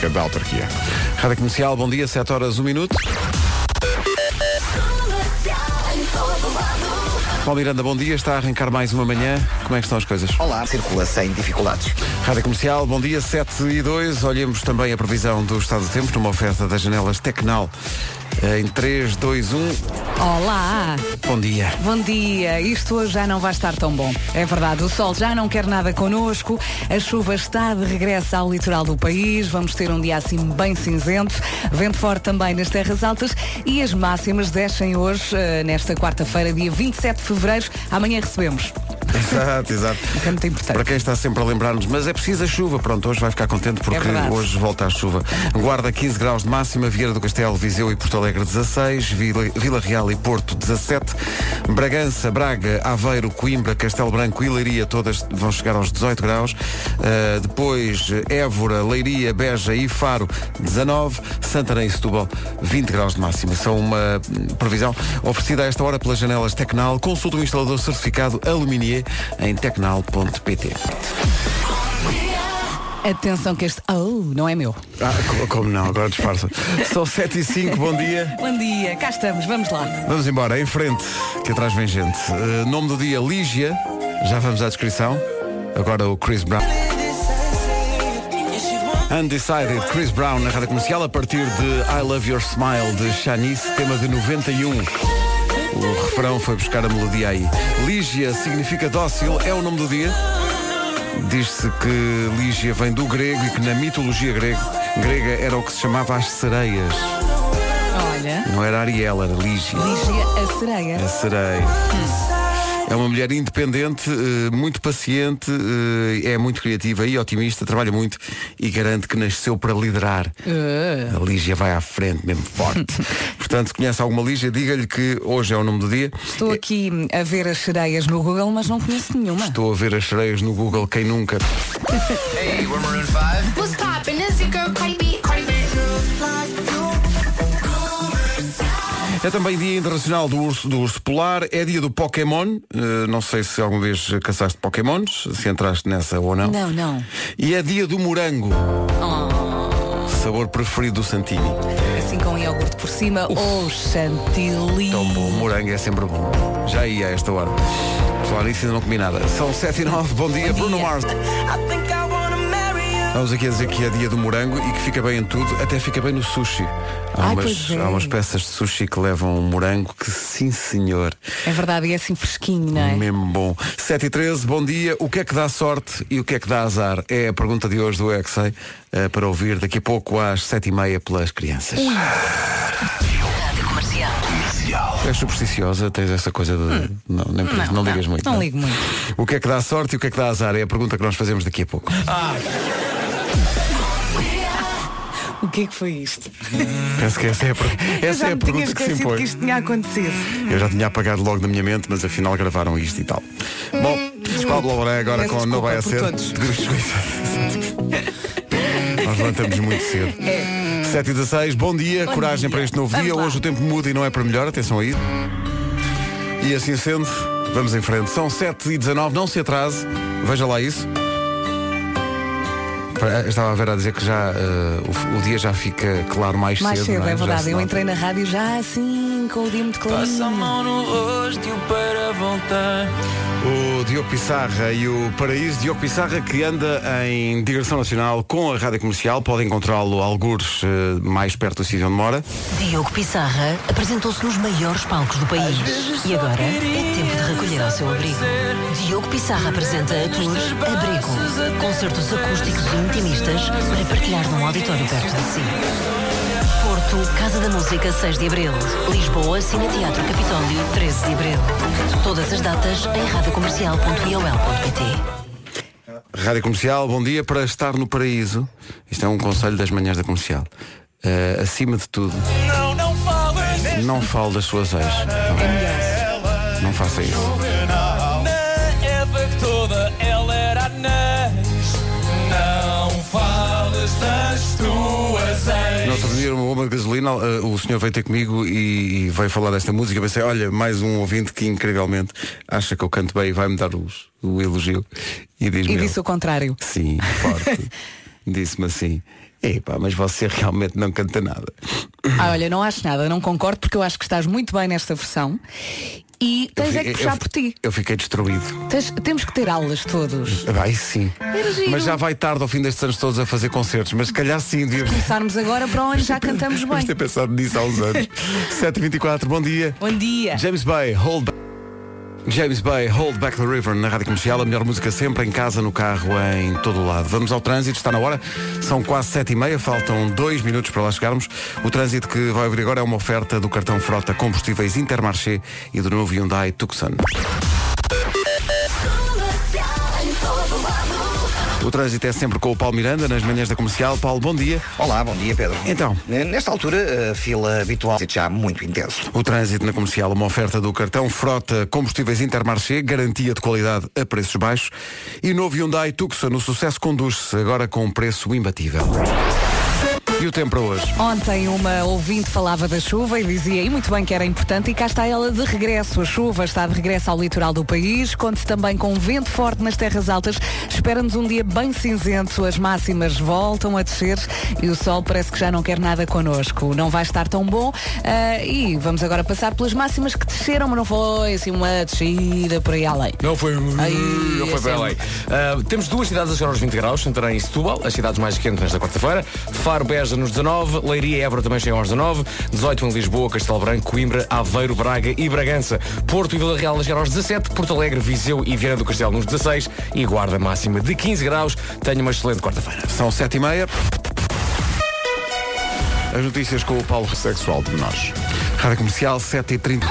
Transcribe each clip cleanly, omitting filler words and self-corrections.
política da autarquia. Rádio Comercial, bom dia, 7 horas, 1 minuto. Paulo Miranda, bom dia, está a arrancar mais uma manhã. Como é que estão as coisas? Olá, circula sem dificuldades. Rádio Comercial, bom dia, 7 e 2. Olhemos também a previsão do estado do tempo numa oferta das janelas Tecnal. Em 3, 2, 1. Olá! Bom dia. Bom dia! Isto hoje já não vai estar tão bom. É verdade, o sol já não quer nada connosco, a chuva está de regresso ao litoral do país, vamos ter um dia assim bem cinzento, vento forte também nas terras altas e as máximas descem hoje, nesta quarta-feira, dia 27 de fevereiro. Amanhã recebemos. Exato. Isso é muito importante. Para quem está sempre a lembrar-nos, mas é preciso a chuva. Pronto, hoje vai ficar contente porque hoje volta a chuva. Guarda 15 graus de máxima, Vieira do Castelo, Viseu e Porto Alegre 16, Vila Real e Porto 17, Bragança, Braga, Aveiro, Coimbra, Castelo Branco e Leiria, todas vão chegar aos 18 graus. Depois Évora, Leiria, Beja e Faro 19, Santarém e Setúbal 20 graus de máxima. São uma previsão oferecida a esta hora pelas janelas Tecnal. Consulte o instalador certificado Aluminier em tecnal.pt. Atenção que este não é meu. Como não, agora disfarça. São 7 e 5, bom dia. Bom dia, cá estamos, vamos lá. Vamos embora, em frente, que atrás vem gente. Nome do dia, Lígia. Já vamos à descrição. Agora o Chris Brown. Undecided, Chris Brown na Rádio Comercial a partir de I Love Your Smile de Shanice, tema de 91. O refrão foi buscar a melodia aí. Lígia significa dócil, é o nome do dia. Diz-se que Lígia vem do grego e que na mitologia grega era o que se chamava as sereias. Olha. Não era Ariel, era Lígia. Lígia, a sereia. A sereia. É uma mulher independente, muito paciente, é muito criativa e otimista, trabalha muito e garante que nasceu para liderar. A Lígia vai à frente, mesmo forte. Portanto, se conhece alguma Lígia, diga-lhe que hoje é o nome do dia. Estou aqui a ver as sereias no Google, mas não conheço nenhuma. Estou a ver as sereias no Google, quem nunca? Hey, we're Maroon 5. What's poppin'? Is your girl Cardi B? Cardi B. É também Dia Internacional do Urso Polar, é dia do Pokémon, não sei se alguma vez caçaste Pokémons, se entraste nessa ou não. Não. E é dia do morango, sabor preferido do Santini. Assim com iogurte por cima, chantilly. Tão bom, morango é sempre bom. Já ia a esta hora. Falar nisso ainda não comi nada. São 7 e 9, bom dia, Bruno Mars. Vamos aqui a dizer que é dia do morango e que fica bem em tudo, até fica bem no sushi. Há umas peças de sushi que levam morango que sim senhor. É verdade, e é assim fresquinho, não é? Mesmo bom. 7 e 13, bom dia. O que é que dá sorte e o que é que dá azar? É a pergunta de hoje do EXA, para ouvir daqui a pouco às 7h30 pelas crianças. Rádio Comercial. És supersticiosa, tens essa coisa de... Não ligas muito. Não ligo muito. O que é que dá sorte e o que é que dá azar? É a pergunta que nós fazemos daqui a pouco. O que é que foi isto? Penso que essa é a pergunta que se impõe. Que isto tinha acontecido. Eu já tinha apagado logo da minha mente, mas afinal gravaram isto e tal. Bom, Pablo Alboré agora com Não Vai a Ser. Nós levantamos muito cedo. 7h16, bom dia, coragem para este novo dia. Hoje o tempo muda e não é para melhor, atenção aí. E assim sendo, vamos em frente. São 7h19, não se atrase, veja lá isso. Estava a ver a dizer que já o dia já fica claro mais cedo. Mais cedo, é? É verdade. Eu entrei na rádio já assim, com o dia muito claro. Passa a mão no rosto para voltar. O Diogo Pissarra e o Paraíso. Diogo Pissarra que anda em direção nacional com a Rádio Comercial. Pode encontrá-lo algures mais perto do sítio onde mora. Diogo Pissarra apresentou-se nos maiores palcos do país. E agora é tempo de recolher ao seu abrigo. Diogo Pissarra apresenta a tour Abrigo. Concertos acústicos e intimistas para partilhar num auditório perto de si. Porto, Casa da Música, 6 de Abril. Lisboa, Cine Teatro Capitólio, 13 de Abril. Todas as datas em radiocomercial.iol.pt. Rádio Comercial, bom dia. Para estar no paraíso, isto é um conselho das manhãs da Comercial, acima de tudo, não fale das suas ex. Não faça isso. Na Eva que toda ela era anãs. Não fales das tuas ex. No outro dia, uma bomba de gasolina, o senhor veio ter comigo e veio falar desta música. Eu pensei, olha, mais um ouvinte que incrivelmente acha que eu canto bem e vai-me dar o elogio. E disse o contrário. Sim, forte. Disse-me assim. Epá, mas você realmente não canta nada. Olha, não acho nada, não concordo, porque eu acho que estás muito bem nesta versão. E tens é que puxar por ti. Eu fiquei destruído. Temos que ter aulas todos. Vai sim. Mas já vai tarde ao fim destes anos todos a fazer concertos. Mas se calhar sim. Se começarmos agora, para onde já cantamos bem. Vamos ter pensado nisso há uns anos. 7h24, bom dia. Bom dia. James Bay, Hold Back the River na Rádio Comercial. A melhor música sempre, em casa, no carro, em todo o lado. Vamos ao trânsito, está na hora. São quase 7h30, faltam 2 minutos para lá chegarmos. O trânsito que vai ouvir agora é uma oferta do cartão Frota Combustíveis Intermarché e do novo Hyundai Tucson. O trânsito é sempre com o Paulo Miranda, nas manhãs da Comercial. Paulo, bom dia. Olá, bom dia, Pedro. Então. Nesta altura, a fila habitual já muito intenso. O trânsito na Comercial, uma oferta do cartão Frota Combustíveis Intermarché, garantia de qualidade a preços baixos. E novo Hyundai Tucson, o sucesso conduz-se agora com um preço imbatível. E o tempo para hoje? Ontem uma ouvinte falava da chuva e dizia, e muito bem que era importante, e cá está ela de regresso. A chuva está de regresso ao litoral do país, conta também com vento forte nas terras altas. Espera-nos um dia bem cinzento, as máximas voltam a descer e o sol parece que já não quer nada connosco. Não vai estar tão bom e vamos agora passar pelas máximas que desceram, mas não foi assim uma descida por aí além. Não foi bem além. Temos duas cidades a chegar aos 20 graus, Santarém e Setúbal, as cidades mais quentes nesta quarta-feira. Faro, Beja nos 19, Leiria e Évora também chegam aos 19, 18 em Lisboa, Castelo Branco, Coimbra, Aveiro, Braga e Bragança. Porto e Vila Real a chegar aos 17, Porto Alegre, Viseu e Viana do Castelo nos 16 e Guarda máxima de 15 graus. Tenha uma excelente quarta-feira. São 7h30. As notícias com o Paulo Sexual de Menores. Rádio Comercial, 7h30.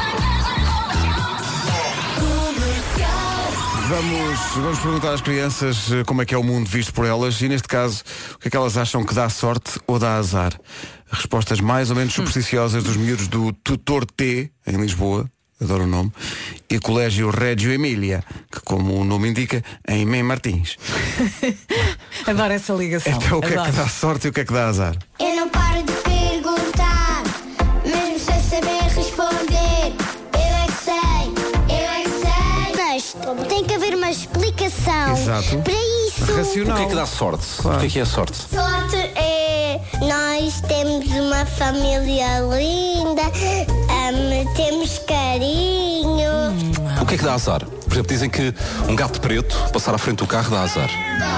Vamos perguntar às crianças como é que é o mundo visto por elas e, neste caso, o que é que elas acham que dá sorte ou dá azar. Respostas mais ou menos supersticiosas dos miúdos do Tutor T, em Lisboa, adoro o nome, e Colégio Régio Emília, que, como o nome indica, em Mem Martins. Adoro essa ligação. Então, o que é que dá sorte e o que é que dá azar? Eu não paro de perguntar, mesmo sem saber responder. Eu é que sei. Mas tem que haver uma explicação. Exato. Para isso. Racional. O que é que dá sorte? Claro. O que é sorte? Sorte é nós temos uma família linda, temos carinho. O que é que dá azar? Por exemplo, dizem que um gato preto passar à frente do carro dá azar.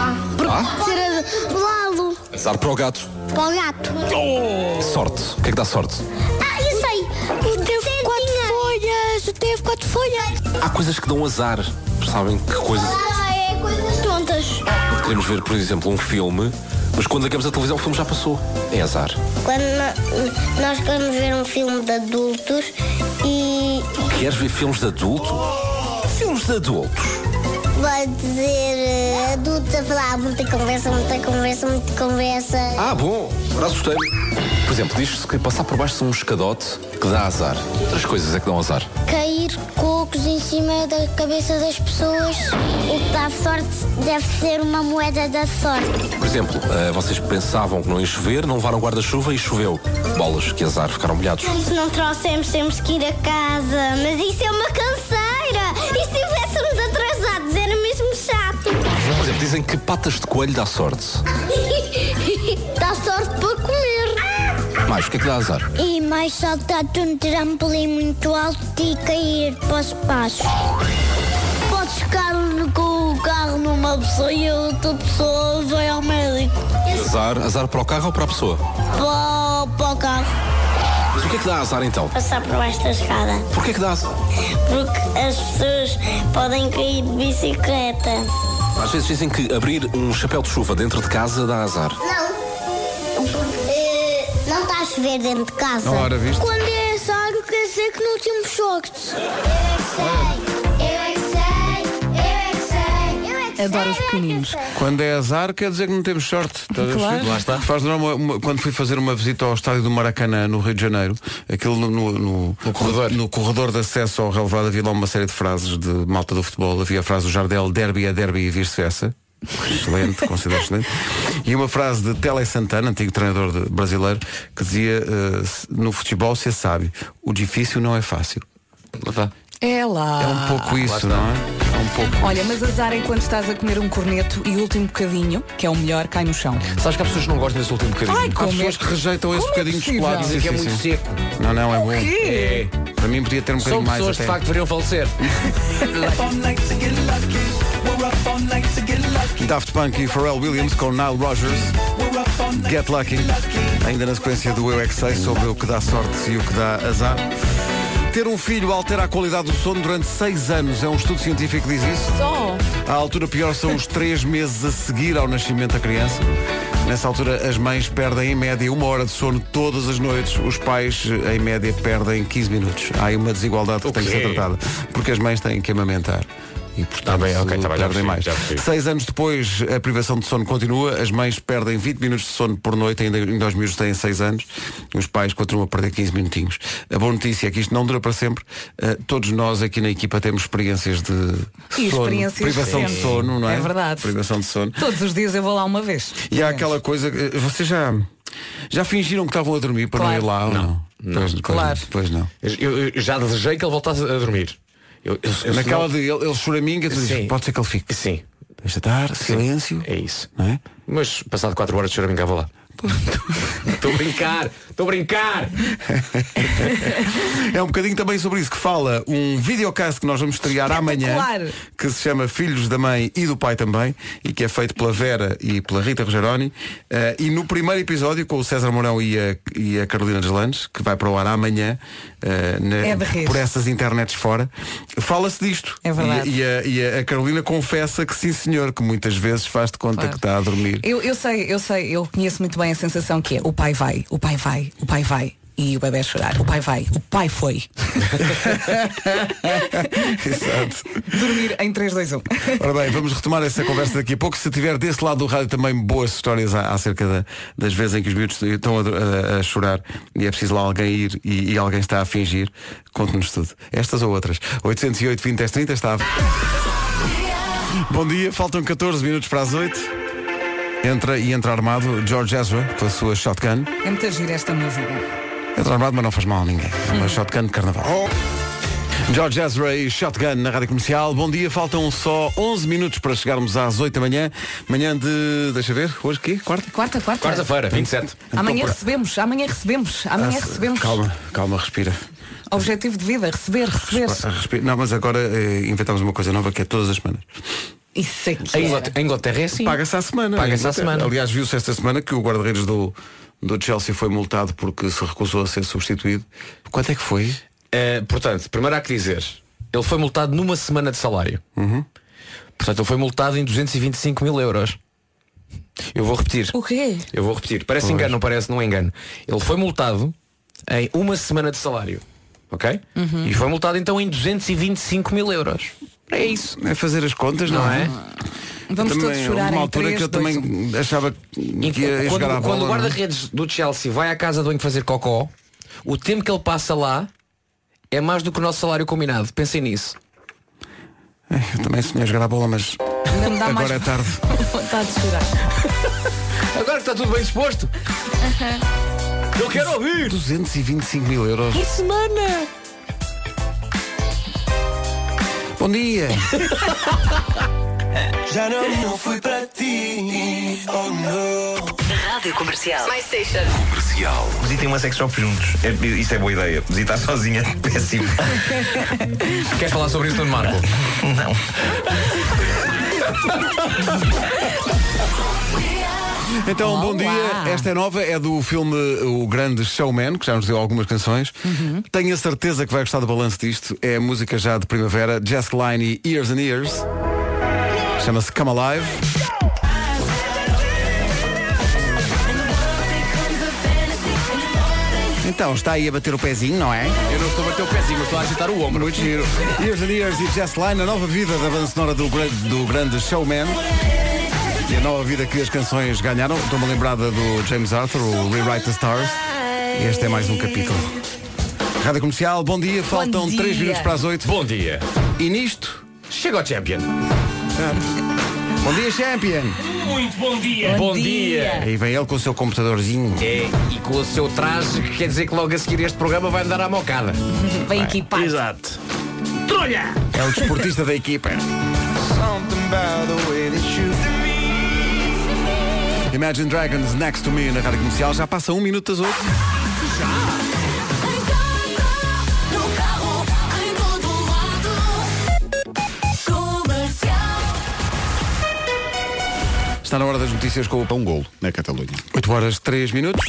Ser lado Azar para o gato. para o gato. Sorte. O que é que dá sorte? Eu sei. Teve 4 folhas. Teve 4 folhas. Há coisas que dão azar. Sabem que coisas... É coisas tontas. Queremos ver, por exemplo, um filme, mas quando ligamos a televisão o filme já passou. É azar. Quando nós queremos ver um filme de adultos e Queres ver filmes de adulto? Filmes de adultos? vai dizer adultos a falar muita conversa. Ah, bom. Agora assustei-me. Por exemplo, diz-se que passar por baixo de um escadote que dá azar. Outras coisas é que dão azar. Cair cocos em cima da cabeça das pessoas. O que dá sorte deve ser uma moeda da sorte. Por exemplo, vocês pensavam que não ia chover, não levaram guarda-chuva e choveu. Bolas, que azar, ficaram molhados. Se não trouxemos, temos que ir a casa. Mas isso é uma canseira. E se estivéssemos atrasados, era mesmo chato. Por exemplo, dizem que patas de coelho dá sorte. Dá sorte para comer. Mais, o que é que dá azar? E mais saltar de um trampolim muito alto e cair para os passos. Podes ficar com o carro numa pessoa e a outra pessoa vai ao médico. Azar para o carro ou para a pessoa? Para o carro. Mas o que é que dá azar então? Passar por baixo da escada. Porquê é que dá azar? Porque as pessoas podem cair de bicicleta. Às vezes dizem que abrir um chapéu de chuva dentro de casa dá azar. Não. Porque não está a chover dentro de casa. Ora, viste? Quando é azar, quer dizer que não temos sorte. Adoro os pequeninos. Quando é azar, quer dizer que não temos sorte. Claro. Lá está. Faz quando fui fazer uma visita ao estádio do Maracanã, no Rio de Janeiro, aquilo no corredor de acesso ao relevado havia lá uma série de frases de malta do futebol. Havia a frase do Jardel, derby é derby e vice-versa. Excelente, considero excelente. E uma frase de Tele Santana, antigo treinador brasileiro, que dizia no futebol se sabe, o difícil não é fácil. É lá. É um pouco isso, não é? É um pouco. Olha, mas azar é quando estás a comer um corneto e o último bocadinho, que é o melhor, cai no chão. Sabes que há pessoas que não gostam desse último bocadinho. Ai, Há como pessoas é? que rejeitam esse Como é bocadinho de possível? chocolate. Dizem que é muito seco. Não, é bom. É. Para mim podia ter um São bocadinho mais pessoas até. de facto deveriam falecer. Daft Punk e Pharrell Williams com Nile Rodgers. Get Lucky. Ainda na sequência do Eu é que Sei sobre o que dá sorte e o que dá azar. Ter um filho altera a qualidade do sono durante 6 anos. É um estudo científico que diz isso. Só. A altura pior são os 3 meses a seguir ao nascimento da criança. Nessa altura as mães perdem em média 1 hora de sono todas as noites. Os pais em média perdem 15 minutos. Há aí uma desigualdade que tem que ser tratada. Porque as mães têm que amamentar. E portanto perdem mais. 6 anos depois a privação de sono continua. As mães perdem 20 minutos de sono por noite. Ainda os miúdos têm 6 anos. Os pais continuam a perder 15 minutinhos. A boa notícia é que isto não dura para sempre. Todos nós aqui na equipa temos experiências de sono, privação de sono, não é? É verdade. Privação de sono. Todos os dias eu vou lá uma vez. E há aquela coisa, vocês já fingiram que estavam a dormir para não ir lá? Ou não? Claro. Pois não. Eu já desejei que ele voltasse a dormir. Naquela de ele choraminga, tu dizes, pode ser que ele fique. Sim. Deixa estar, silêncio. É isso. Não é? Mas passado 4 horas de choraminga vou lá. Estou a brincar. É um bocadinho também sobre isso que fala um videocast que nós vamos estrear amanhã, que se chama Filhos da Mãe e do Pai também, e que é feito pela Vera e pela Rita Rogeroni. E no primeiro episódio, com o César Mourão e a Carolina Deslandes, que vai para o ar amanhã, por essas internets fora, fala-se disto. É verdade. E a Carolina confessa que sim senhor, que muitas vezes faz de conta que está a dormir. Eu sei, eu conheço muito bem a sensação que é o pai vai e o bebê a chorar, o pai foi. Exato. Dormir em 3, 2, 1. Ora bem, vamos retomar essa conversa daqui a pouco. Se tiver desse lado do rádio também boas histórias acerca das vezes em que os miúdos estão a chorar e é preciso lá alguém ir e alguém está a fingir, conte-nos tudo. Estas ou outras. 808 20 10 30 está. Bom dia, faltam 14 minutos para as 8. Entra armado George Ezra com a sua shotgun. É muito gira esta música. Entra armado, mas não faz mal a ninguém. É uma shotgun de carnaval. George Ezra e Shotgun na Rádio Comercial. Bom dia, faltam só 11 minutos para chegarmos às 8 da manhã. Manhã de... deixa ver, hoje quê? Quarta-feira, 27. Amanhã recebemos. Calma, respira. Objetivo de vida, receber. Não, mas agora inventamos uma coisa nova que é todas as semanas. Isso aqui A Inglaterra é assim. Paga-se à semana. Aliás, viu-se esta semana que o guarda-redes do Chelsea foi multado porque se recusou a ser substituído. Quanto é que foi? Portanto, primeiro há que dizer, ele foi multado numa semana de salário. Portanto, ele foi multado em 225 mil euros. Eu vou repetir. O quê? Eu vou repetir. Parece engano, não parece, não é engano. Ele foi multado em uma semana de salário. Ok? E foi multado então em 225 mil euros. É isso. É fazer as contas, não é? Vamos também, todos chorar uma em altura 3, que eu 2, também achava que ia jogar à bola. Quando o guarda-redes do Chelsea vai à casa do banho fazer cocó, o tempo que ele passa lá é mais do que o nosso salário combinado. Pensem nisso. Eu também sonhei jogar à bola, mas agora é tarde. Vontade de chorar. Agora que está tudo bem disposto. Eu quero ouvir. 225 mil euros. Por semana. Bom dia. Já não fui para ti. Oh no. Rádio Comercial. My station. Comercial. Visitem uma sex shop juntos. Isso é boa ideia. Visitar sozinha é péssimo. Queres falar sobre isso, Nuno Marco? Não. Então, bom dia. Esta é nova, é do filme O Grande Showman, que já nos deu algumas canções. Tenho a certeza que vai gostar do balanço disto. É a música já de primavera, Jessica Lange e Years and Years. Chama-se Come Alive. Então, está aí a bater o pezinho, não é? Eu não estou a bater o pezinho, mas estou a agitar o ombro. Muito giro. Years and Years e Jessica Lange, a nova vida da banda sonora do Grande Showman. E a nova vida que as canções ganharam. Estou-me lembrada do James Arthur, o Rewrite the Stars. E este é mais um capítulo. Rádio Comercial, bom dia. Faltam 3 minutos para as 8. Bom dia. E nisto... Chega ao Champion. Bom dia, Champion. Muito bom dia. Bom dia. Aí vem ele com o seu computadorzinho. É, e com o seu traje, que quer dizer que logo a seguir este programa vai dar à mocada. Bem equipado. Exato. Trolha! É o desportista da equipa. Imagine Dragons, Next to Me, na Rádio Comercial. Já passa 1 minuto das 8. Está na hora das notícias com o golo na Catalunha. 8 horas 3 minutos.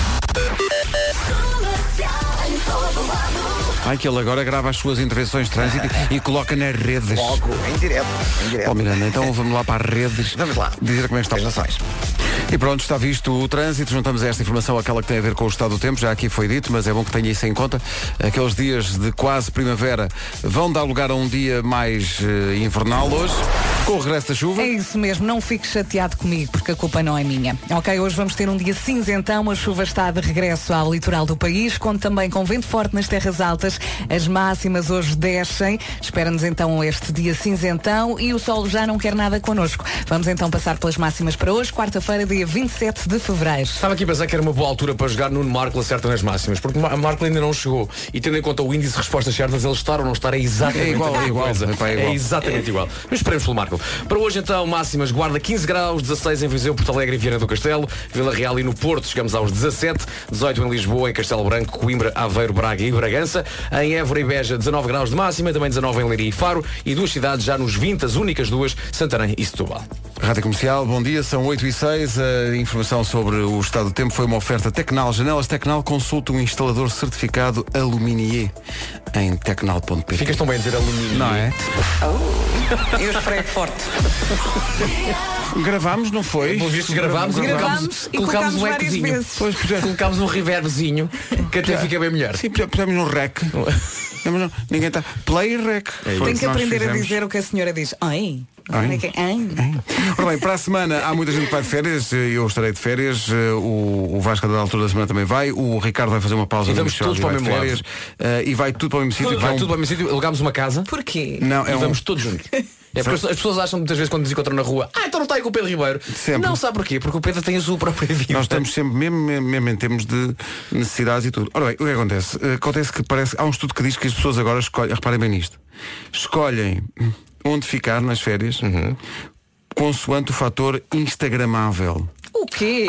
Ai, que ele agora grava as suas intervenções de trânsito e coloca nas redes. Logo, em direto. Ó Miranda, então vamos lá para as redes. Vamos lá. Dizer como é que está. As nações. E pronto, está visto o trânsito. Juntamos a esta informação àquela que tem a ver com o estado do tempo. Já aqui foi dito, mas é bom que tenha isso em conta. Aqueles dias de quase primavera vão dar lugar a um dia mais invernal hoje, com o regresso da chuva. É isso mesmo, não fique chateado comigo, porque a culpa não é minha. Ok, hoje vamos ter um dia cinzentão, a chuva está de regresso ao litoral do país, conto também com vento forte nas terras altas, as máximas hoje descem, espera-nos então este dia cinzentão e o sol já não quer nada connosco. Vamos então passar pelas máximas para hoje, quarta-feira, dia 27 de fevereiro. Estava aqui a pensar que era uma boa altura para jogar Nuno Marco acerta nas máximas, porque a Marco ainda não chegou. E tendo em conta o índice de respostas certas, ele estar ou não estar é exatamente igual, a mesma coisa. É exatamente igual. Mas esperemos pelo Marco. Para hoje então, máximas, Guarda 15 graus, 16 em Viseu, Porto Alegre e Viana do Castelo, Vila Real e no Porto chegamos aos 17, 18 em Lisboa, em Castelo Branco, Coimbra, Aveiro, Braga e Bragança, em Évora e Beja 19 graus de máxima, também 19 em Leiria e Faro e duas cidades já nos 20, as únicas duas, Santarém e Setúbal. Rádio Comercial, bom dia, são 8h06. A informação sobre o estado do tempo foi uma oferta Tecnal. Janelas Tecnal, consulta um instalador certificado Aluminier em tecnal.pt. Ficas tão bem a dizer Aluminier. Não é? Eu esfrego forte. Gravámos, não foi? Pelos vistos gravámos e colocámos um várias ecozinho. vezes. Pois, Colocámos um reverbzinho que até fica bem melhor. Sim, pusemos no rec. Ninguém está. Play e rec. Tem que aprender a dizer o que a senhora diz. Ai. Ora bem, para a semana há muita gente que vai de férias. Eu estarei de férias. O Vasco da altura da semana também vai. O Ricardo vai fazer uma pausa. E vamos todos para o mesmo férias. E vai tudo para o mesmo sítio. Vai tudo para o mesmo sítio. Alugámos uma casa. Porquê? Não, E vamos todos juntos. É porque as pessoas acham muitas vezes quando nos encontram na rua, então não está aí com o Pedro Ribeiro. Sempre. Não sabe porquê? Porque o Pedro tem a sua própria vida. Nós estamos sempre, mesmo em termos de necessidades e tudo. Ora bem, o que acontece? Acontece que há um estudo que diz que as pessoas agora escolhem, reparem bem nisto, escolhem onde ficar nas férias consoante o fator instagramável. O quê?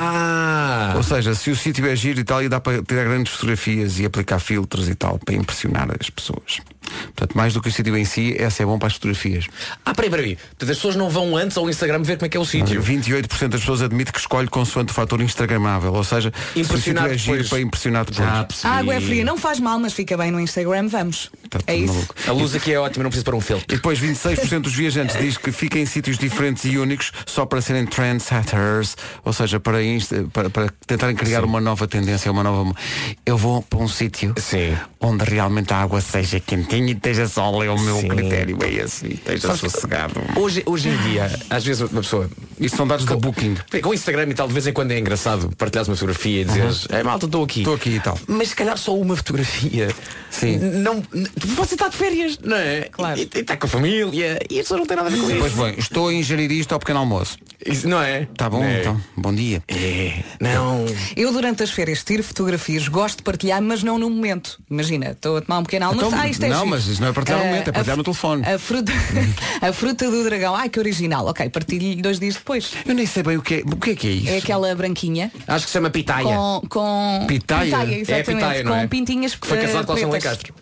Ou seja, se o sítio é giro e tal, e dá para tirar grandes fotografias e aplicar filtros e tal, para impressionar as pessoas. Portanto, mais do que o sítio em si, essa é bom para as fotografias. Peraí. Portanto, as pessoas não vão antes ao Instagram ver como é que é o sítio. 28% das pessoas admite que escolhe consoante o fator instagramável. Ou seja, se o sítio é giro para impressionar depois. A água é fria, não faz mal, mas fica bem no Instagram, vamos. É isso. Maluco. A luz aqui é ótima, não precisa para um filtro. E depois 26% dos viajantes diz que fica em sítios diferentes e únicos só para serem trendsetters, ou seja, para tentarem criar uma nova tendência, uma nova... Eu vou para um sítio onde realmente a água seja quentinha e esteja sol, é o meu critério, é esse, e esteja sossegado. Hoje em dia, às vezes uma pessoa... Isso são dados da Booking. Com o Instagram e tal, de vez em quando é engraçado partilhares uma fotografia e dizeres, malta, estou aqui e tal. Mas se calhar só uma fotografia. Sim. Você está de férias, não é? Claro. E está com a família e a pessoa não tem nada a ver com isso. Pois bem, estou a ingerir isto ao pequeno almoço. Isso, não é? Tá bom, então. Bom dia. Não. Eu durante as férias tiro fotografias, gosto de partilhar, mas não no momento. Imagina, estou a tomar um pequeno almoço. Então, Isto é não, giro. mas isso não é partilhar no momento, é partilhar no telefone. A fruta do dragão. Que original. Ok, partilho 2 dias depois. Eu nem sei bem o que é isso. É aquela branquinha. Acho que se chama pitaia. Com Pitaia? exatamente. É pitaia, não é? Com pintinhas. Foi casado com a São Castro.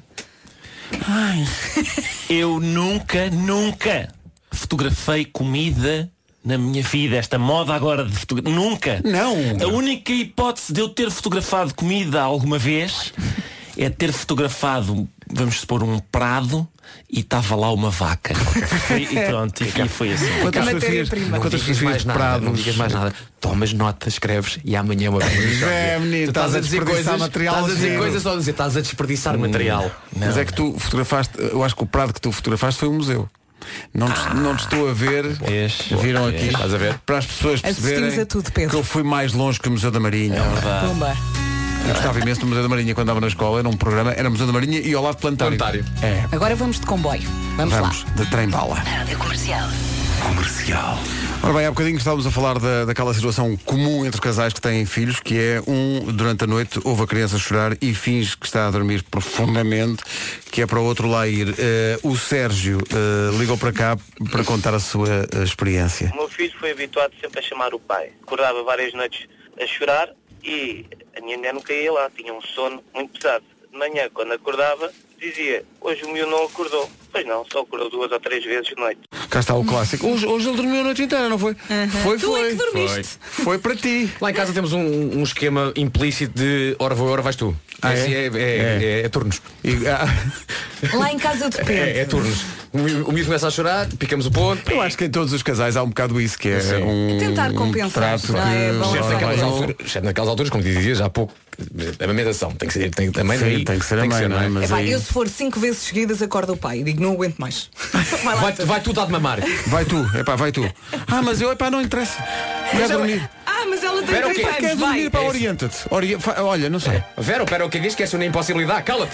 Eu nunca fotografei comida na minha vida. Esta moda agora de fotografar. Nunca. Não. A única hipótese de eu ter fotografado comida alguma vez é ter fotografado, vamos supor, um prado e estava lá uma vaca. E pronto, e foi assim. Quantas matéria-prima. fotografias Não digas mais de nada, prados? não digas mais nada. Tomas nota, escreves e amanhã é uma vez. Menino, estás a desperdiçar material. Estás a dizer zero. coisas só a dizer, estás a desperdiçar material. Mas é que tu fotografaste, eu acho que o prado que tu fotografaste foi um museu. Não te estou a ver. Viram aqui? Estás a ver? Para as pessoas perceberem Assistimos a tudo, Pedro. que eu fui mais longe que o Museu da Marinha. É verdade. Pumba. Eu gostava imenso do Museu da Marinha quando andava na escola. Era um programa, era Museu da Marinha e ao lado planetário. Planetário. É. Agora vamos de comboio. Vamos lá. De trem-bala. Rádio Comercial. Comercial. Ora bem, há bocadinho estávamos a falar daquela situação comum entre casais que têm filhos, que é durante a noite, ouve a criança chorar e finge que está a dormir profundamente, que é para o outro lá ir. O Sérgio ligou para cá para contar a sua experiência. O meu filho foi habituado sempre a chamar o pai. Acordava várias noites a chorar e a minha mulher nunca ia lá, tinha um sono muito pesado. De manhã, quando acordava, dizia, hoje o miúdo não acordou. Pois não, só acordou 2 ou 3 vezes de noite. Cá está o clássico. Hoje ele dormiu a noite inteira, não foi? Foi. É que dormiste. Foi para ti. Lá em casa temos um esquema implícito de hora vou, hora vais tu. É turnos. Lá em casa depende. É turnos. O miúdo começa a chorar, picamos o ponto. Eu acho que em todos os casais há um bocado isso, que é tentar compensar. trato Exceto naquelas alturas, como dizias há pouco, a amamentação tem que ser também. Sim, tem que ser a mãe, não é? Mas eu se for 5 vezes seguidas acordo o pai e digo, não aguento mais. Vai tu dar de mamar. Vai tu. Mas eu, não interessa. Vai dormir. Mas ela tem 30 anos. Quer dormir, orienta-te. Olha, não sei. Vera, o que diz que essa é uma impossibilidade, cala-te.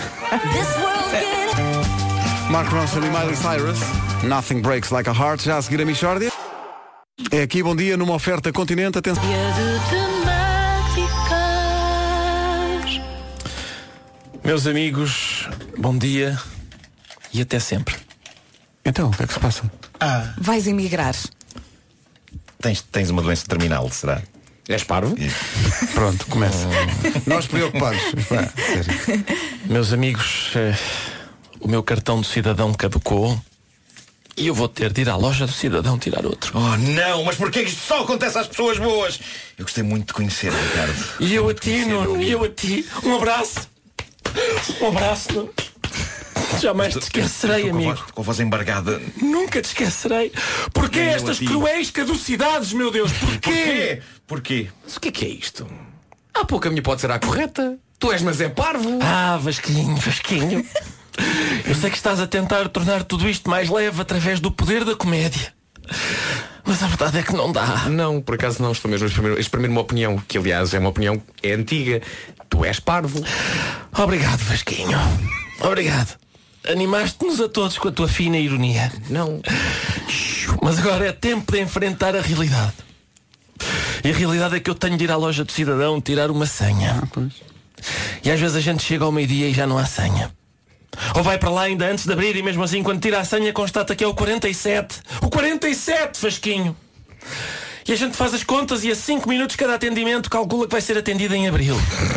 Mark Ronson e Miley Cyrus, Nothing Breaks Like a Heart, já a seguir a Michórdia. É aqui, bom dia, numa oferta Continente, atenção. Meus amigos, bom dia e até sempre. Então, o que é que se passa? Vais emigrar. Tens uma doença terminal, será? És parvo? Pronto, começa. Nós preocupados. Meus amigos, o meu cartão de cidadão caducou e eu vou ter de ir à loja do cidadão tirar outro. Oh não, mas porquê que isto só acontece às pessoas boas? Eu gostei muito de conhecer, Ricardo. E eu a ti, Nuno, e eu a ti. Um abraço, Nuno. Jamais te esquecerei, amigo. Com a voz embargada. Nunca te esquecerei. Porquê estas cruéis caducidades, meu Deus? Porquê? Mas o que é isto? Há pouco a minha pode ser a correta. Tu és, mas é parvo. Vasquinho. Eu sei que estás a tentar tornar tudo isto mais leve através do poder da comédia. Mas a verdade é que não dá. Não, por acaso não. Estou mesmo a exprimir uma opinião, que aliás é uma opinião antiga. Tu és parvo. Obrigado, Vasquinho. Obrigado. Animaste-nos a todos com a tua fina ironia. Não. Mas agora é tempo de enfrentar a realidade. E a realidade é que eu tenho de ir à loja do cidadão tirar uma senha. E às vezes a gente chega ao meio-dia e já não há senha. Ou vai para lá ainda antes de abrir e mesmo assim quando tira a senha constata que é o 47. O 47, Vasquinho. E a gente faz as contas e a 5 minutos cada atendimento calcula que vai ser atendido em abril.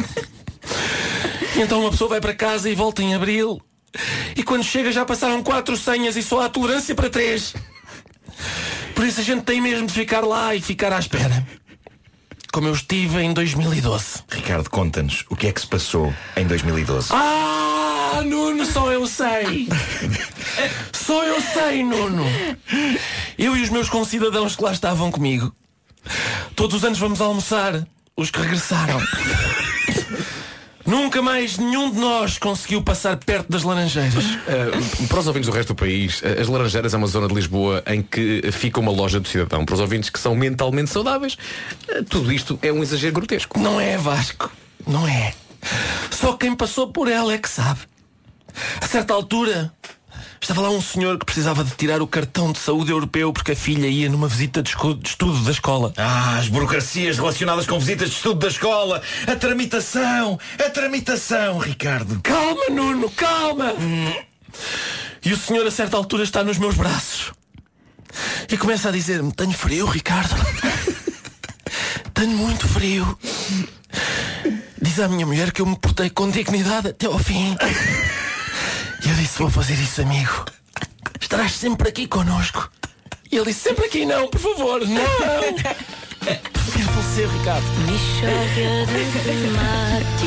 E então uma pessoa vai para casa e volta em abril. E quando chega já passaram 4 senhas e só há tolerância para 3. Por isso a gente tem mesmo de ficar lá e ficar à espera. Como eu estive em 2012. Ricardo, conta-nos, o que é que se passou em 2012? Nuno, só eu sei. Só eu sei, Nuno. Eu e os meus concidadãos que lá estavam comigo. Todos os anos vamos almoçar. Os que regressaram. Nunca mais nenhum de nós conseguiu passar perto das Laranjeiras. Para os ouvintes do resto do país, as Laranjeiras é uma zona de Lisboa em que fica uma loja do cidadão. Para os ouvintes que são mentalmente saudáveis, tudo isto é um exagero grotesco. Não é, Vasco. Não é. Só quem passou por ela é que sabe. A certa altura estava lá um senhor que precisava de tirar o cartão de saúde europeu porque a filha ia numa visita de estudo da escola. As burocracias relacionadas com visitas de estudo da escola. A tramitação, Ricardo. Calma, Nuno, calma. E o senhor a certa altura está nos meus braços e começa a dizer-me: tenho frio, Ricardo. Tenho muito frio. Diz à minha mulher que eu me portei com dignidade até ao fim. E eu disse: vou fazer isso, amigo. Estarás sempre aqui connosco. E ele disse: sempre aqui não, por favor. Não. Prefiro falecer, Ricardo. Michórdia de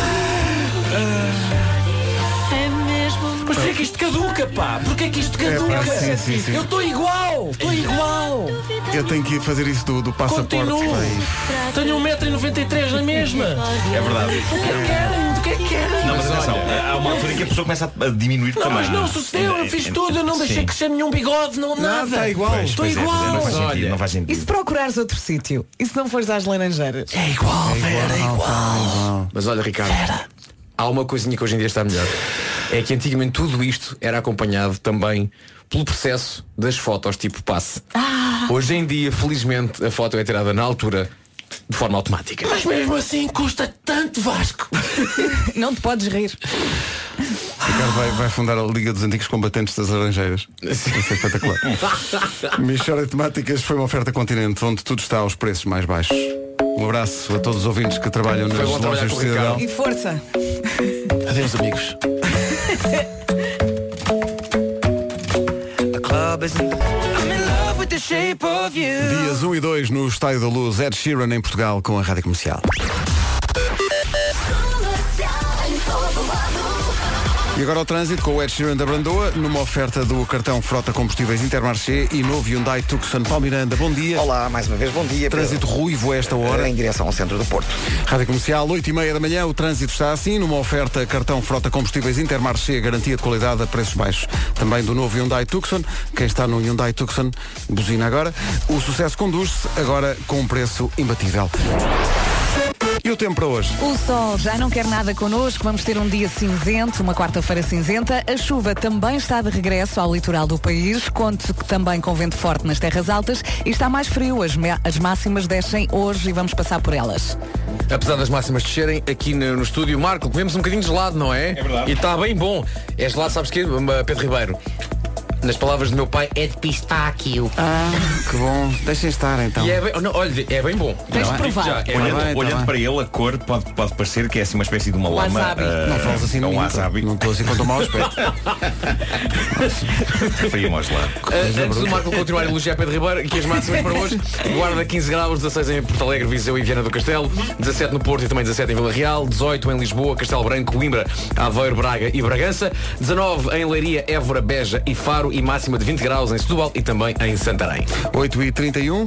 é mesmo. Mas porquê é que isto caduca, pá? Porquê é que isto caduca? Sim. Eu estou igual. Eu tenho que fazer isso do passaporte. Continuo. Tenho 1,93 m na mesma. É verdade. Do que é que querem? Não, mas atenção, há uma altura em que a pessoa começa a diminuir também. Mas não sucedeu, eu fiz tudo, eu não deixei crescer nenhum bigode, não, nada. Está igual. Estou igual. Não faz sentido. E se procurares outro sítio? E se não fores às Laranjeiras? É igual, Vera, é igual. Mas olha, Ricardo, há há uma coisinha que hoje em dia está melhor. É que antigamente tudo isto era acompanhado também pelo processo das fotos tipo passe. Hoje em dia, felizmente, a foto é tirada na altura de forma automática. Mas mesmo assim custa tanto, Vasco. Não te podes rir. Ricardo vai fundar a Liga dos Antigos Combatentes das Laranjeiras. Isso é espetacular. Mixórdia de Temáticas foi uma oferta Continente, onde tudo está aos preços mais baixos. Um abraço a todos os ouvintes que trabalham nas lojas de Cidadão. E força. Adeus, amigos. Dias 1 e 2 no Estádio da Luz, Ed Sheeran em Portugal com a Rádio Comercial. E agora o trânsito com o Ed Sheeran da Brandoa, numa oferta do cartão Frota Combustíveis Intermarché e novo Hyundai Tucson. Paulo Miranda, bom dia. Olá, mais uma vez, bom dia. Trânsito ruivo a esta hora. Em direção ao centro do Porto. Rádio Comercial, 8h30 da manhã, o trânsito está assim, numa oferta cartão Frota Combustíveis Intermarché, garantia de qualidade a preços baixos. Também do novo Hyundai Tucson. Quem está no Hyundai Tucson, buzina agora. O sucesso conduz-se agora com um preço imbatível. E o tempo para hoje? O sol já não quer nada connosco, vamos ter um dia cinzento, uma quarta-feira cinzenta. A chuva também está de regresso ao litoral do país, conto também com vento forte nas terras altas e está mais frio. As máximas descem hoje e vamos passar por elas. Apesar das máximas descerem, aqui no estúdio, Marco, comemos um bocadinho de gelado, não é? É verdade. E está bem bom. É gelado, sabes quê, Pedro Ribeiro? Nas palavras do meu pai, é de pistáquio. Que bom. Deixem estar então. E é bem, não, olha, é bem bom. Tens de provar. Já, é Olhando para ele, a cor pode parecer que é assim uma espécie de uma lama. Wasabi. Não falas assim um nunca. wasabi. Não estou assim com tão mau aspecto. Referia-me ao gelado. Antes do Marco continuar a elogiar Pedro Ribeiro, aqui as máximas para hoje. Guarda 15 graus, 16 em Porto Alegre, Viseu e Viana do Castelo, 17 no Porto e também 17 em Vila Real, 18 em Lisboa, Castelo Branco, Coimbra, Aveiro, Braga e Bragança, 19 em Leiria, Évora, Beja e Faro e máxima de 20 graus em Setúbal e também em Santarém. 8h31.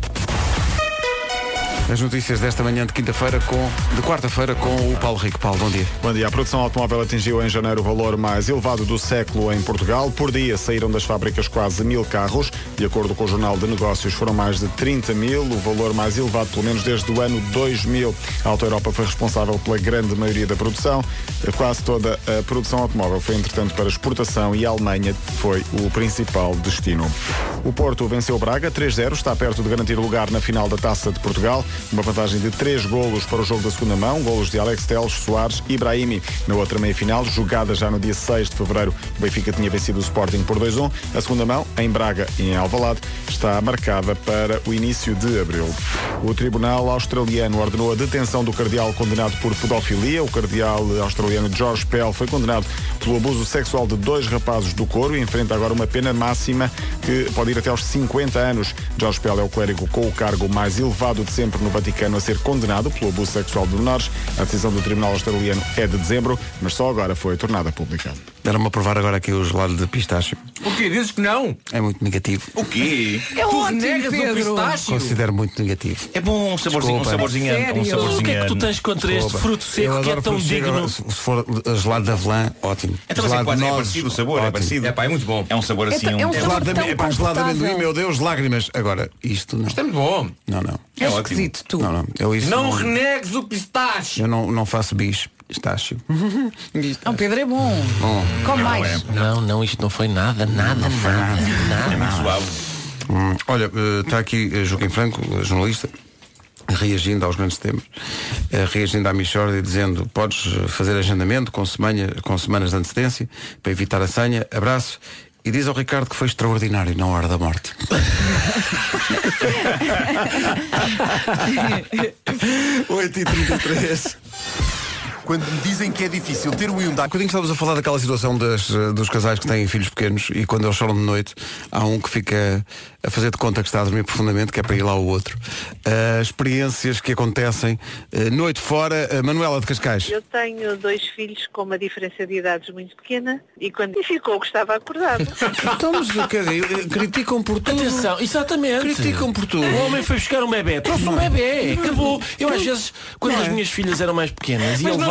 As notícias desta manhã de quarta-feira com o Paulo Rico. Paulo, bom dia. Bom dia. A produção automóvel atingiu em janeiro o valor mais elevado do século em Portugal. Por dia saíram das fábricas quase 1000 carros. De acordo com o Jornal de Negócios, foram mais de 30 mil, o valor mais elevado pelo menos desde o ano 2000. A Auto Europa foi responsável pela grande maioria da produção. Quase toda a produção automóvel foi, entretanto, para exportação e a Alemanha foi o principal destino. O Porto venceu o Braga 3-0, está perto de garantir o lugar na final da Taça de Portugal. Uma vantagem de 3 golos para o jogo da segunda mão, golos de Alex Telles, Soares e Brahimi. Na outra meia-final, jogada já no dia 6 de fevereiro, o Benfica tinha vencido o Sporting por 2-1. A segunda mão, em Braga e em Alvalade, está marcada para o início de abril. O Tribunal Australiano ordenou a detenção do cardeal condenado por pedofilia. O cardeal australiano George Pell foi condenado pelo abuso sexual de 2 rapazes do coro e enfrenta agora uma pena máxima que pode ir até aos 50 anos. George Pell é o clérigo com o cargo mais elevado de sempre no Vaticano a ser condenado pelo abuso sexual de menores. A decisão do Tribunal Australiano é de dezembro, mas só agora foi tornada pública. Deram-me a provar agora aqui o gelado de pistácio. O quê? Dizes que não? É muito negativo. O quê? É Tu ótimo, renegas o Pedro. pistácio? Considero muito negativo. É bom um saborzinho, Desculpa. um saborzinho. O que é que tu tens contra este fruto seco que é tão digno? Se for gelado de avelã, ótimo. Então, mas é Gelado quase de é nozes, parecido o sabor, ótimo. é parecido. É muito bom. É um sabor assim. É um sabor tão Gelado de amendoim, confortável. meu Deus, lágrimas. Agora, isto não. Isto é muito bom. Não, não. É ótimo. esquisito, tu. Não. Eu isso Não renegues o pistácio. Eu não faço bis. Pistácio. Não, Pedro é bom. Come mais. Não, isto não foi nada. É muito suave. Olha, está aqui Joaquim Franco, jornalista, reagindo aos grandes temas, reagindo à Mixórdia, dizendo: podes fazer agendamento com semanas de antecedência para evitar a senha. Abraço. E diz ao Ricardo que foi extraordinário na hora da morte. 8h33. Quando me dizem que é difícil ter um Hyundai... Há bocadinho estávamos a falar daquela situação dos casais que têm filhos pequenos e quando eles choram de noite, há um que fica a fazer de conta que está a dormir profundamente, que é para ir lá o outro. Experiências que acontecem noite fora. Manuela de Cascais. Eu tenho 2 filhos com uma diferença de idades muito pequena e quando ficou que estava acordado. Então, mas criticam por tudo. Atenção, exatamente. Criticam por tudo. O homem foi buscar um bebê, trouxe um bebê, acabou. Eu às vezes, quando as minhas filhas eram mais pequenas, ia levá-las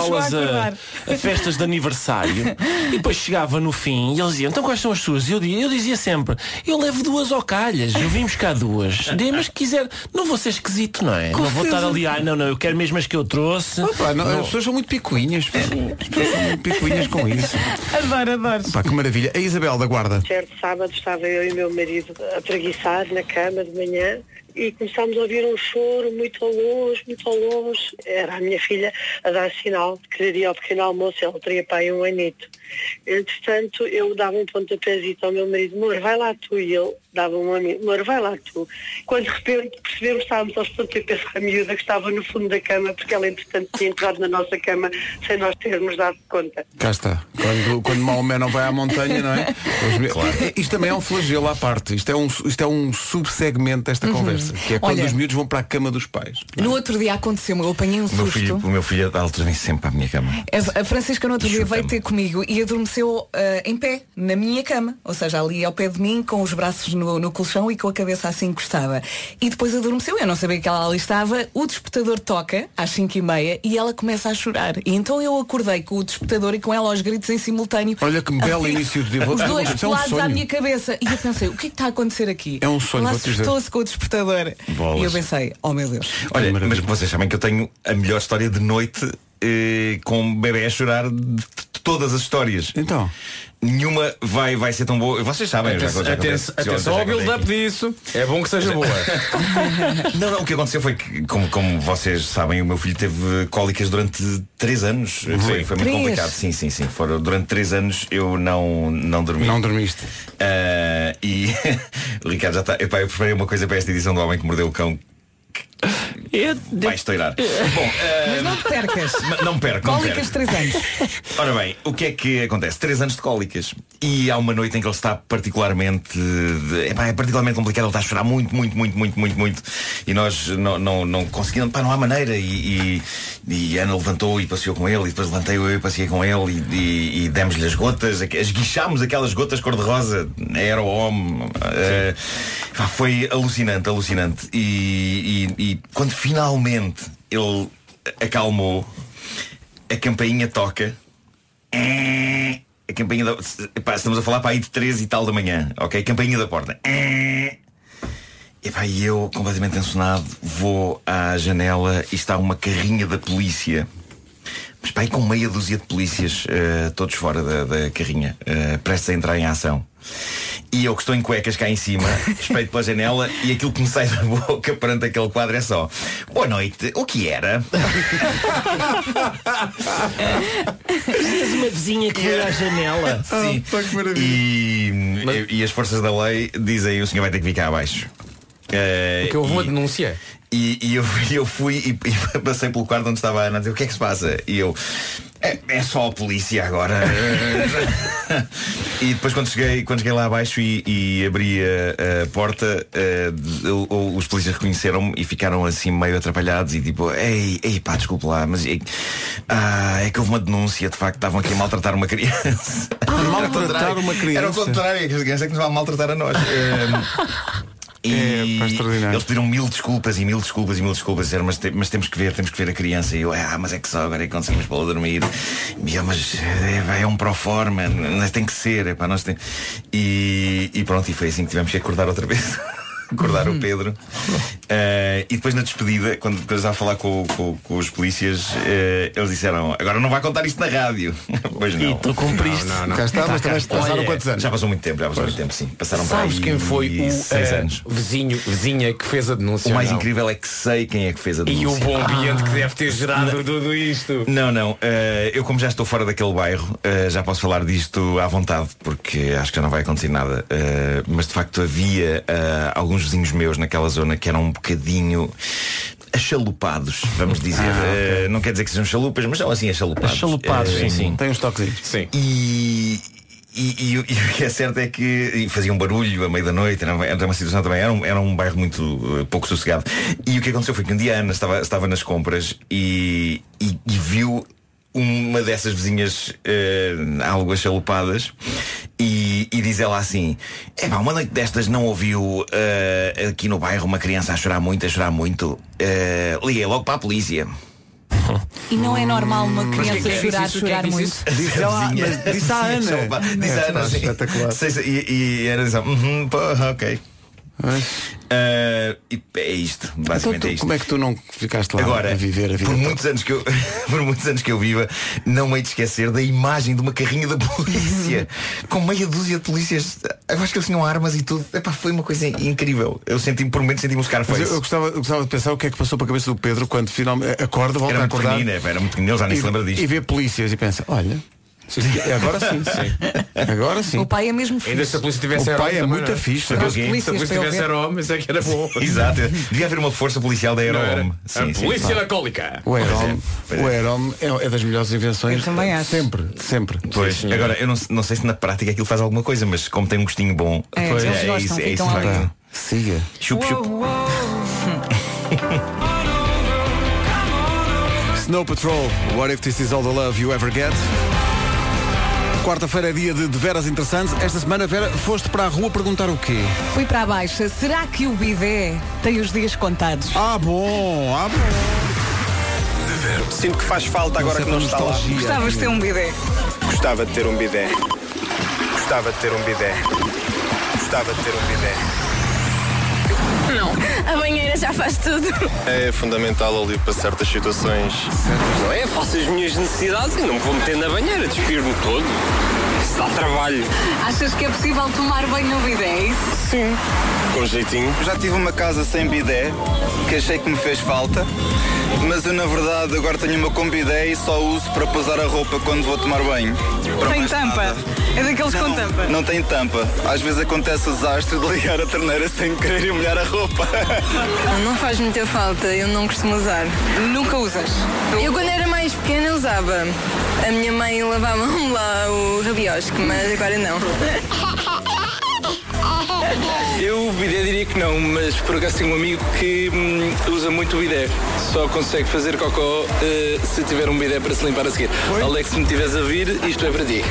levá-las a festas de aniversário. E depois chegava no fim e eles diziam, então quais são as suas? Eu dizia sempre, eu levo 2 ao calhas, eu vim buscar 2. Mas se quiser, não vou ser esquisito, não é? Não vou estar ali, não, eu quero mesmo as que eu trouxe. As pessoas são muito picuinhas. As pessoas são muito picuinhas com isso. Adoro. Pá, que maravilha. A Isabel da Guarda. Certo sábado estava eu e o meu marido a preguiçar na cama de manhã e começámos a ouvir um choro muito ao longe. Era a minha filha a dar sinal de que queria ao pequeno almoço, ela teria pai 1 anito. Entretanto, eu dava um pontapézito ao meu marido, amor, vai lá tu, e ele dava um amigo, amor, vai lá tu. Quando de repente percebemos, estávamos aos pontapés à miúda que estava no fundo da cama, porque ela entretanto tinha entrado na nossa cama sem nós termos dado conta. Cá está. Quando Maomé não vai à montanha, não é? Claro. Isto também é um flagelo à parte. Isto é um subsegmento desta conversa, que é quando os miúdos vão para a cama dos pais. No outro dia aconteceu-me, eu apanhei um susto. O meu filho altura vem sempre para a minha cama. A Francisca no outro dia veio ter comigo e adormeceu em pé, na minha cama. Ou seja, ali ao pé de mim, com os braços no colchão e com a cabeça assim encostada. E depois adormeceu, eu não sabia que ela ali estava. O despertador toca às 5h30 e ela começa a chorar. E então eu acordei com o despertador e com ela aos gritos em simultâneo. Olha que belo início de dia. Os dois colados à minha cabeça. E eu pensei, o que é que está a acontecer aqui? É um sonho. Ela assustou-se com o despertador. Bolas. E eu pensei, oh meu Deus. Olha, mas vocês sabem que eu tenho a melhor história de noite com um bebê a chorar de todas as histórias. Então, nenhuma vai ser tão boa. Vocês sabem. Atenção ao build-up disso. É bom que seja boa. Não, o que aconteceu foi que, como vocês sabem, o meu filho teve cólicas durante 3 anos. Foi muito complicado. Sim. Durante 3 anos eu não dormi. Não dormiste. E o Ricardo já está. Eu preparei uma coisa para esta edição do Homem que Mordeu o Cão. Vai estourar. Bom, mas não te percas. Não perco. Cólicas 3 anos. Ora bem, o que é que acontece? 3 anos de cólicas. E há uma noite em que ele está particularmente é particularmente complicado. Ele está a chorar muito. E nós não conseguimos. Não há maneira. E Ana levantou e passeou com ele. E depois levantei eu e passei com ele. E demos-lhe as gotas. Esguichámos aquelas gotas cor-de-rosa. Era o homem. Foi alucinante. E quando finalmente ele acalmou, a campainha toca. A campainha estamos a falar para aí de 3 e tal da manhã, ok? Campainha da porta. E eu, completamente ensonado, vou à janela e está uma carrinha da polícia. Mas aí com meia dúzia de polícias, todos fora da carrinha, prestes a entrar em ação. E eu que estou em cuecas cá em cima, espreito pela janela e aquilo que me sai da boca perante aquele quadro é só: boa noite, o que era? Tens uma vizinha que veio à janela. Sim. E as forças da lei dizem: o senhor vai ter que vir cá abaixo. Porque houve uma denúncia. E eu fui e passei pelo quarto onde estava a Ana a dizer: o que é que se passa? E eu: é só a polícia agora. E depois quando cheguei lá abaixo e abri a porta, os polícias reconheceram-me e ficaram assim meio atrapalhados e tipo: ei pá, desculpe lá, mas é que houve uma denúncia, de facto estavam aqui a maltratar uma criança. Maltratar uma criança? Era o contrário, que as crianças é que nos vão maltratar a nós. E eles pediram mil desculpas, disseram, mas temos que ver a criança. E eu, mas é que só agora é que conseguimos pô-la dormir. E eu, mas é um proforma, tem que ser, nós tem... E pronto, e foi assim que tivemos que acordar outra vez. Acordar o Pedro. E depois na despedida, quando depois estava a falar com os polícias, eles disseram: agora não vai contar isto na rádio. Pois não. E tu cumpriste. Não. Cá está, mas também passaram quantos anos? Já passou muito tempo, sim. Passaram Sabes para aí quem foi 6 anos. Vizinha que fez a denúncia? O mais incrível é que sei quem é que fez a denúncia. E o bom ambiente que deve ter gerado tudo isto. Não. Eu, como já estou fora daquele bairro, já posso falar disto à vontade, porque acho que já não vai acontecer nada. Mas de facto havia alguns vizinhos meus naquela zona que eram um bocadinho achalupados, vamos dizer. Okay. Não quer dizer que sejam chalupas, mas são assim achalupados. Achalupados, sim. Tem uns toquezinhos. Sim. E o que é certo é que faziam barulho à meia da noite. Era uma situação também. Era um bairro muito pouco sossegado. E o que aconteceu foi que um dia a Ana estava nas compras e viu uma dessas vizinhas algo achalupadas e diz ela assim: uma noite destas não ouviu aqui no bairro uma criança a chorar muito? Liguei logo para a polícia. E não é normal uma criança chorar muito. Disse ela, mas disse a Ana. Disse a Ana, sim. Espetacular. E era assim, ok. E é isto, basicamente então, é isto. Como é que tu não ficaste lá agora, a viver a vida? Por muitos anos que eu viva, não hei de esquecer da imagem de uma carrinha da polícia com meia dúzia de polícias. Eu acho que eles tinham armas e tudo. Epá, foi uma coisa incrível. Eu por momentos senti-me um Scarface. Eu gostava de pensar o que é que passou para a cabeça do Pedro quando finalmente volta a acordar. Era muito pequenino, ele já nem se lembra disto. E vê polícias e pensa, olha, agora sim. Agora sim. O pai é mesmo fixe. Ainda se a polícia tivesse o pai Aerom, é muito também, fixe. Se a polícia tivesse Aerom, mas é que era bom. Exato. Devia haver uma força policial da Aerom. A polícia da cólica. O Aerom é das melhores invenções. Eu também acho. Sempre. Pois, agora, eu não sei se na prática aquilo faz alguma coisa, mas como tem um gostinho bom, é isso que vai. Siga. Chup. Snow Patrol, What If This Is All the Love You Ever Get? Quarta-feira é dia de veras interessantes. Esta semana, Vera, foste para a rua perguntar o quê? Fui para a Baixa. Será que o bidé tem os dias contados? Ah, bom. Sinto que faz falta agora que não está lá. Gostavas de ter um bidé? Gostava de ter um bidé. Gostava de ter um bidé. Gostava de ter um bidé. Não, a banheira já faz tudo. É fundamental ali para certas situações. Não é? Faço as minhas necessidades e não me vou meter na banheira, despiro-me todo. Isso dá trabalho. Achas que é possível tomar banho no bidé, é isso? Sim, com jeitinho. Já tive uma casa sem bidé, que achei que me fez falta, mas eu na verdade agora tenho uma com bidé e só uso para pousar a roupa quando vou tomar banho. Tem tampa? Nada. É daqueles com tampa? Não tem tampa. Às vezes acontece o desastre de ligar a torneira sem querer e molhar a roupa. Não faz muita falta, eu não costumo usar. Nunca usas? Eu quando era mais pequena usava. A minha mãe lavava-me lá o rabiosque, mas agora não. Eu, o bidé, diria que não, mas por acaso tenho um amigo que usa muito o bidé. Só consegue fazer cocó se tiver um bidé para se limpar a seguir. Alex, se me estiveres a vir, isto é para ti.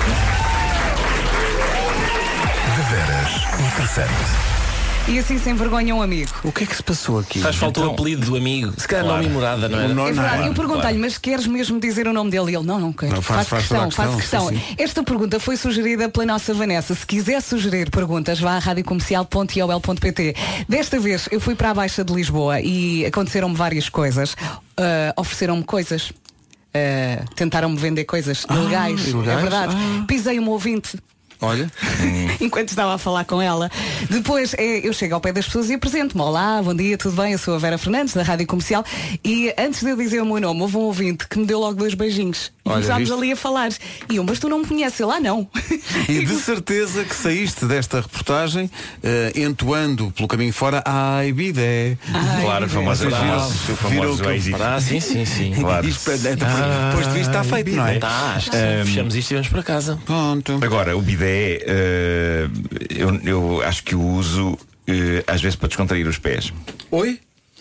De veras interessante. E assim se envergonha um amigo. O que é que se passou aqui? Faz falta o apelido do amigo. Se calhar nome e morada, não é? É verdade. Eu perguntei-lhe, mas queres mesmo dizer o nome dele? E ele, não quero. Faz questão. Sim. Esta pergunta foi sugerida pela nossa Vanessa. Se quiser sugerir perguntas, vá a radiocomercial.iol.pt. Desta vez eu fui para a Baixa de Lisboa e aconteceram-me várias coisas. Ofereceram-me coisas. Tentaram-me vender coisas ilegais. É verdade. Pisei uma ouvinte. Olha. Enquanto estava a falar com ela. Depois eu chego ao pé das pessoas e apresento-me. Olá, bom dia, tudo bem? Eu sou a Vera Fernandes, da Rádio Comercial. E antes de eu dizer o meu nome, houve um ouvinte que me deu logo 2 beijinhos. E começámos ali a falar. E eu, mas tu não me conheces? Eu lá não. E de certeza que saíste desta reportagem entoando pelo caminho fora ai bidé. Claro, famoso êxito. Sim. Claro. Depois de visto está feito, não é? Fechamos isto e vamos para casa. Pronto. Agora, o bidé, eu acho que o uso às vezes para descontrair os pés. Oi?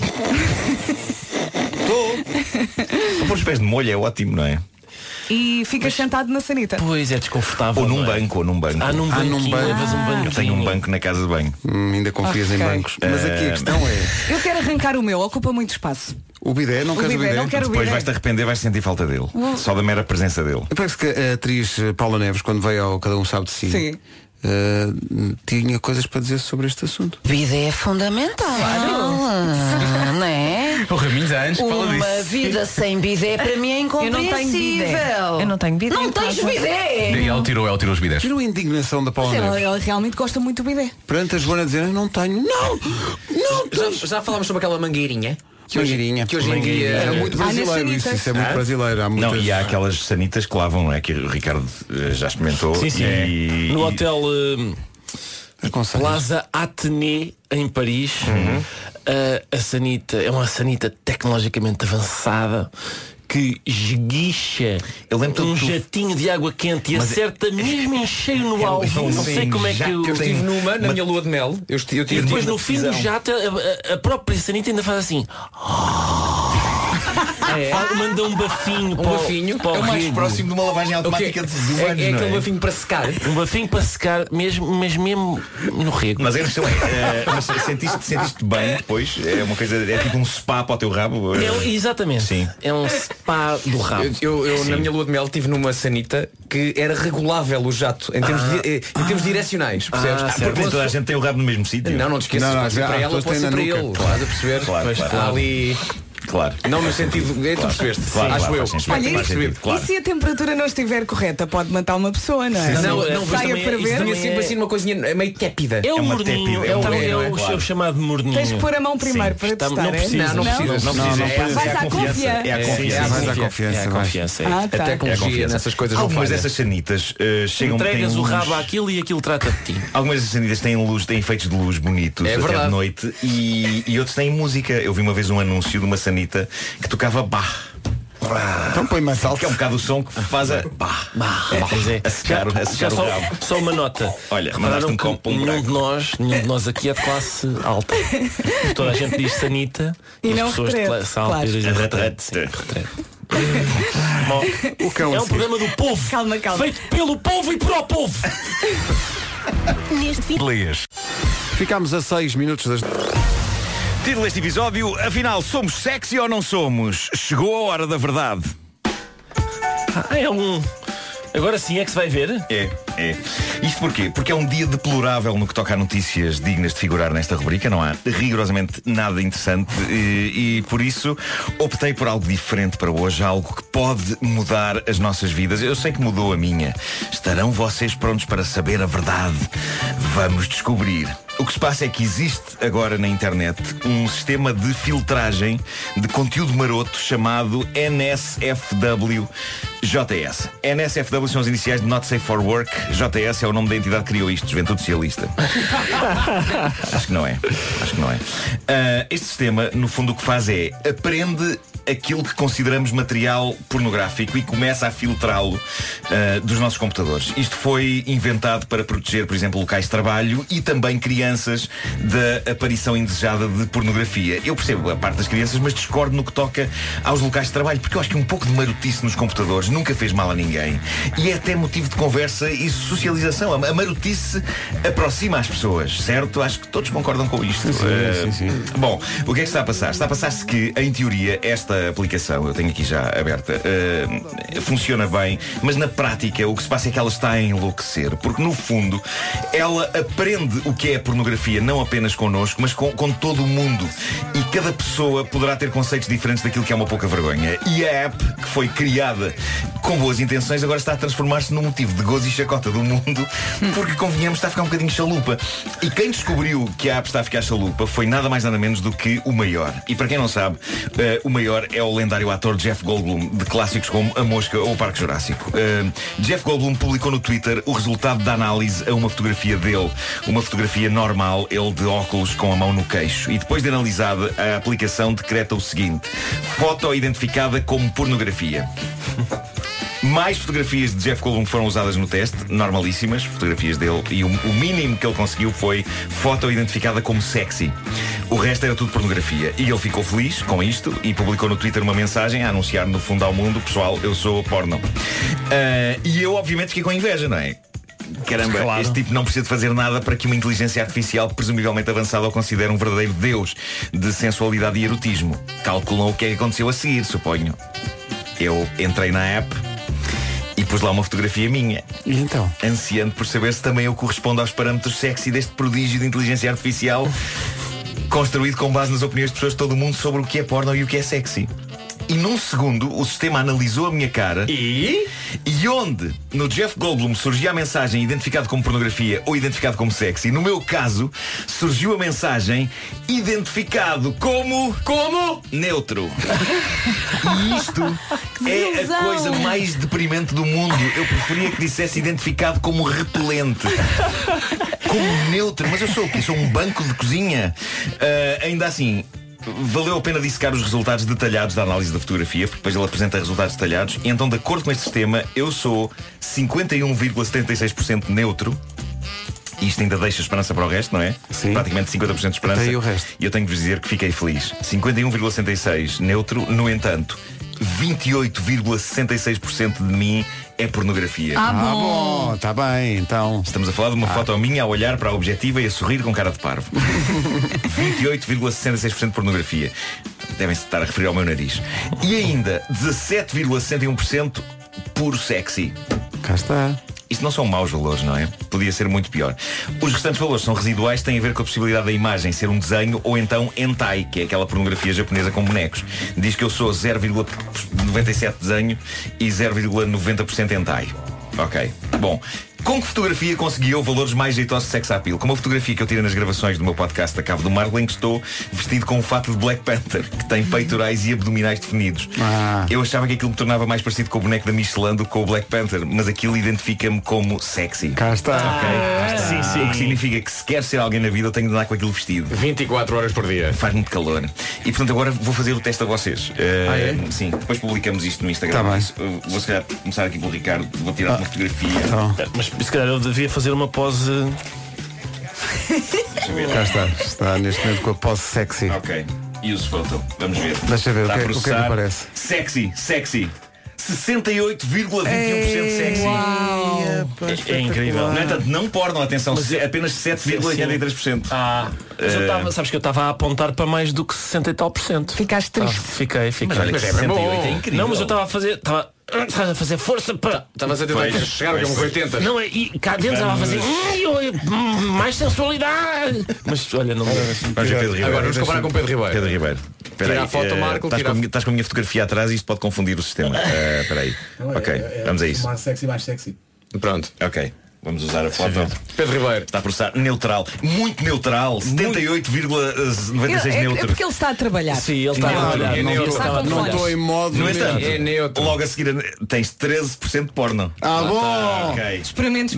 Pôr os pés de molho é ótimo, não é? E ficas sentado na sanita. Pois, é desconfortável. Ou num banco. Num banco. Levas um banco. Eu tenho um banco na casa de banho. Ainda confias em bancos. Mas aqui a questão é... Eu quero arrancar o meu, ocupa muito espaço. O bidé, não queres o bidé? Não quero Depois o bidé. vais-te arrepender, vais sentir falta dele. Só da mera presença dele. Parece que a atriz Paula Neves, quando veio ao Cada Um Sabe de Si, sim. Tinha coisas para dizer sobre este assunto. Bidé é fundamental. Claro. Não é? O Raminhos há anos que fala disso. Uma vida sem bidé para mim é incompreensível. Eu não tenho bidé. Não tens bidé? E ela tirou os bidés. Tirou a indignação da Paula Neves. Ela realmente gosta muito do bidé. Perante a Joana dizer, não tenho. Não. Já falámos sobre aquela mangueirinha? Que hoje em dia era muito brasileiro. Isso é muito brasileiro. Há muitas... Não, e há aquelas sanitas que lavam, não é? Que o Ricardo já experimentou. Sim. No hotel Plaza Athénée em Paris, a sanita é uma sanita tecnologicamente avançada que esguicha jatinho de água quente e acerta mesmo em cheio no alvo. Não sei como é que eu estive numa na minha lua de mel. E depois no fim do jato a própria sanita ainda faz assim. Manda um bafinho. Um bafinho para é o mais próximo de uma lavagem automática de humanos. É aquele bafinho para secar. Um bafinho para secar, mas mesmo no rego. Mas a questão mas sentiste bem depois? É uma coisa, é tipo um spa para o teu rabo? Exatamente. Sim. É um spa do rabo. Eu na minha lua de mel tive numa sanita que era regulável o jato em termos direcionais, percebes? Porque toda a gente tem o rabo no mesmo sítio. Não te esqueças, pode ser para ela, pode ser para ele. Estás a perceber? Claro. Ali. Claro. Não no sentido. Tu percebeste? Claro, acho eu. Olha, e se a temperatura não estiver correta, pode matar uma pessoa, não é? Não, saia para ver. Tinha sempre assim uma coisinha meio tépida. É o morninho. É o chamado morninho. Tens que pôr a mão primeiro para testar. Não precisas. Não precisas. Vais à confiança. É a confiança. A tecnologia nessas coisas não algumas dessas sanitas chegam. Entregas o rabo àquilo e aquilo trata de ti. Algumas dessas sanitas têm luz, têm efeitos de luz bonitos até de noite e outros têm música. Eu vi uma vez um anúncio de uma sanita que tocava Bach. Então põe mais alto. Que é um bocado o som que faz a a secar o rabo. Só uma nota. Olha, mandaste um copo nenhum de nós aqui é de classe alta. Toda a gente diz sanita e as não pessoas de classe alta dizem retrete. O cão é um programa do povo. Calma. Feito pelo povo e para o povo. Ficámos a 6 minutos das... Título deste episódio, afinal, somos sexy ou não somos? Chegou a hora da verdade. Agora sim é que se vai ver? É. Isto porquê? Porque é um dia deplorável no que toca a notícias dignas de figurar nesta rubrica. Não há rigorosamente nada interessante e por isso optei por algo diferente para hoje. Algo que pode mudar as nossas vidas. Eu sei que mudou a minha. Estarão vocês prontos para saber a verdade? Vamos descobrir. O que se passa é que existe agora na internet um sistema de filtragem de conteúdo maroto chamado NSFW-JS. NSFW são as iniciais de Not Safe for Work. JS é o nome da entidade que criou isto, Juventude Socialista. Acho que não é. Este sistema, no fundo, o que faz é aprende aquilo que consideramos material pornográfico e começa a filtrá-lo dos nossos computadores. Isto foi inventado para proteger, por exemplo, locais de trabalho e também crianças da aparição indesejada de pornografia. Eu percebo a parte das crianças, mas discordo no que toca aos locais de trabalho, porque eu acho que um pouco de marotice nos computadores nunca fez mal a ninguém. E é até motivo de conversa e socialização. A marotice aproxima as pessoas, certo? Acho que todos concordam com isto. Sim. Bom, o que é que está a passar? Está a passar-se que, em teoria, esta aplicação, eu tenho aqui já aberta, funciona bem, mas na prática o que se passa é que ela está a enlouquecer, porque no fundo ela aprende o que é a pornografia não apenas connosco, mas com todo o mundo, e cada pessoa poderá ter conceitos diferentes daquilo que é uma pouca vergonha. E a app, que foi criada com boas intenções, agora está a transformar-se num motivo de gozo e chacota do mundo, porque, convenhamos, está a ficar um bocadinho chalupa. E quem descobriu que a app está a ficar chalupa foi nada mais nada menos do que o Maior. E para quem não sabe, o Maior é o lendário ator Jeff Goldblum, de clássicos como A Mosca ou O Parque Jurássico. Jeff Goldblum publicou no Twitter o resultado da análise a uma fotografia dele, uma fotografia normal, ele de óculos com a mão no queixo. E depois de analisada, a aplicação decreta o seguinte: foto identificada como pornografia. Mais fotografias de Jeff Goldblum foram usadas no teste, normalíssimas, fotografias dele, e o mínimo que ele conseguiu foi foto identificada como sexy. O resto era tudo pornografia. E ele ficou feliz com isto e publicou no Twitter uma mensagem a anunciar no fundo ao mundo: pessoal, eu sou porno. E eu obviamente fiquei com inveja, não é? Caramba, claro. Este tipo não precisa de fazer nada para que uma inteligência artificial presumivelmente avançada o considere um verdadeiro deus de sensualidade e erotismo. Calculam o que é que aconteceu a seguir, suponho. Eu entrei na app e pus lá uma fotografia minha. E então? Ansiando por saber se também eu correspondo aos parâmetros sexy deste prodígio de inteligência artificial construído com base nas opiniões de pessoas de todo o mundo sobre o que é porno e o que é sexy. E num segundo o sistema analisou a minha cara e onde no Jeff Goldblum surgia a mensagem identificado como pornografia ou identificado como sexy, no meu caso surgiu a mensagem identificado como neutro. E isto é a coisa mais deprimente do mundo. Eu preferia que dissesse identificado como repelente, como neutro. Mas eu sou o quê? Sou um banco de cozinha. Ainda assim, valeu a pena dissecar os resultados detalhados da análise da fotografia, porque depois ele apresenta resultados detalhados. E então, de acordo com este sistema, eu sou 51,76% neutro. Isto ainda deixa esperança para o resto, não é? Sim. Praticamente 50% de esperança. E o resto? E eu tenho que vos dizer que fiquei feliz. 51,66% neutro, no entanto, 28,66% de mim é pornografia. Bom, está bem, então. Estamos a falar de uma foto minha a olhar para a objetiva e a sorrir com cara de parvo. 28,66% de pornografia. Devem-se estar a referir ao meu nariz. E ainda 17,61% puro sexy. Cá está. Isto não são maus valores, não é? Podia ser muito pior. Os restantes valores são residuais, têm a ver com a possibilidade da imagem ser um desenho ou então hentai, que é aquela pornografia japonesa com bonecos. Diz que eu sou 0,97 desenho e 0,90% hentai. Ok. Bom, com que fotografia consegui eu valores mais jeitosos de sex appeal? Com uma fotografia que eu tirei nas gravações do meu podcast da Cave do Marco, em que estou vestido com um fato de Black Panther, que tem peitorais e abdominais definidos. Eu achava que aquilo me tornava mais parecido com o boneco da Michelin do que com o Black Panther, mas aquilo identifica-me como sexy. Cá está. Okay? Sim. O que significa que se quer ser alguém na vida, eu tenho de andar com aquilo vestido. 24 horas por dia. Faz muito calor. E portanto agora vou fazer o teste a vocês. É? Sim, depois publicamos isto no Instagram. Tá bem. Vou se calhar começar aqui pelo Ricardo, vou tirar uma fotografia. Então. Mas se calhar eu devia fazer uma pose. Cá está neste momento com a pose sexy. Ok, use photo, vamos ver. Deixa ver, Está o que é que parece? Sexy 68,21% sexy. É incrível. No entanto, não porno, atenção, apenas 7,83%. Mas eu tava, sabes que eu estava a apontar para mais do que 60 e tal %. Ficaste triste. Fiquei. Mas olha, 68 é incrível. Não, mas eu estava a fazer. Estava a fazer força para. Estavas a tentar chegar a uns 80. Não é? E cá dentro estava a fazer. Mais sensualidade. Mas olha, não. Agora vamos comparar com Pedro Ribeiro. Pedro Ribeiro. Tira a foto, Marco. Estás com a minha fotografia atrás e isto pode confundir o sistema. Espera aí. Ok, vamos a isso. Mais sexy. Pronto. Ok. Vamos usar a foto. Pedro Ribeiro. Está a processar. Neutral. Muito neutral. 78,96 neutro. É porque ele está a trabalhar. Sim, ele está a trabalhar. Não estou em modo. No entanto, é neutro. logo a seguir tens 13% de porno. Bom! Ok. Experimento.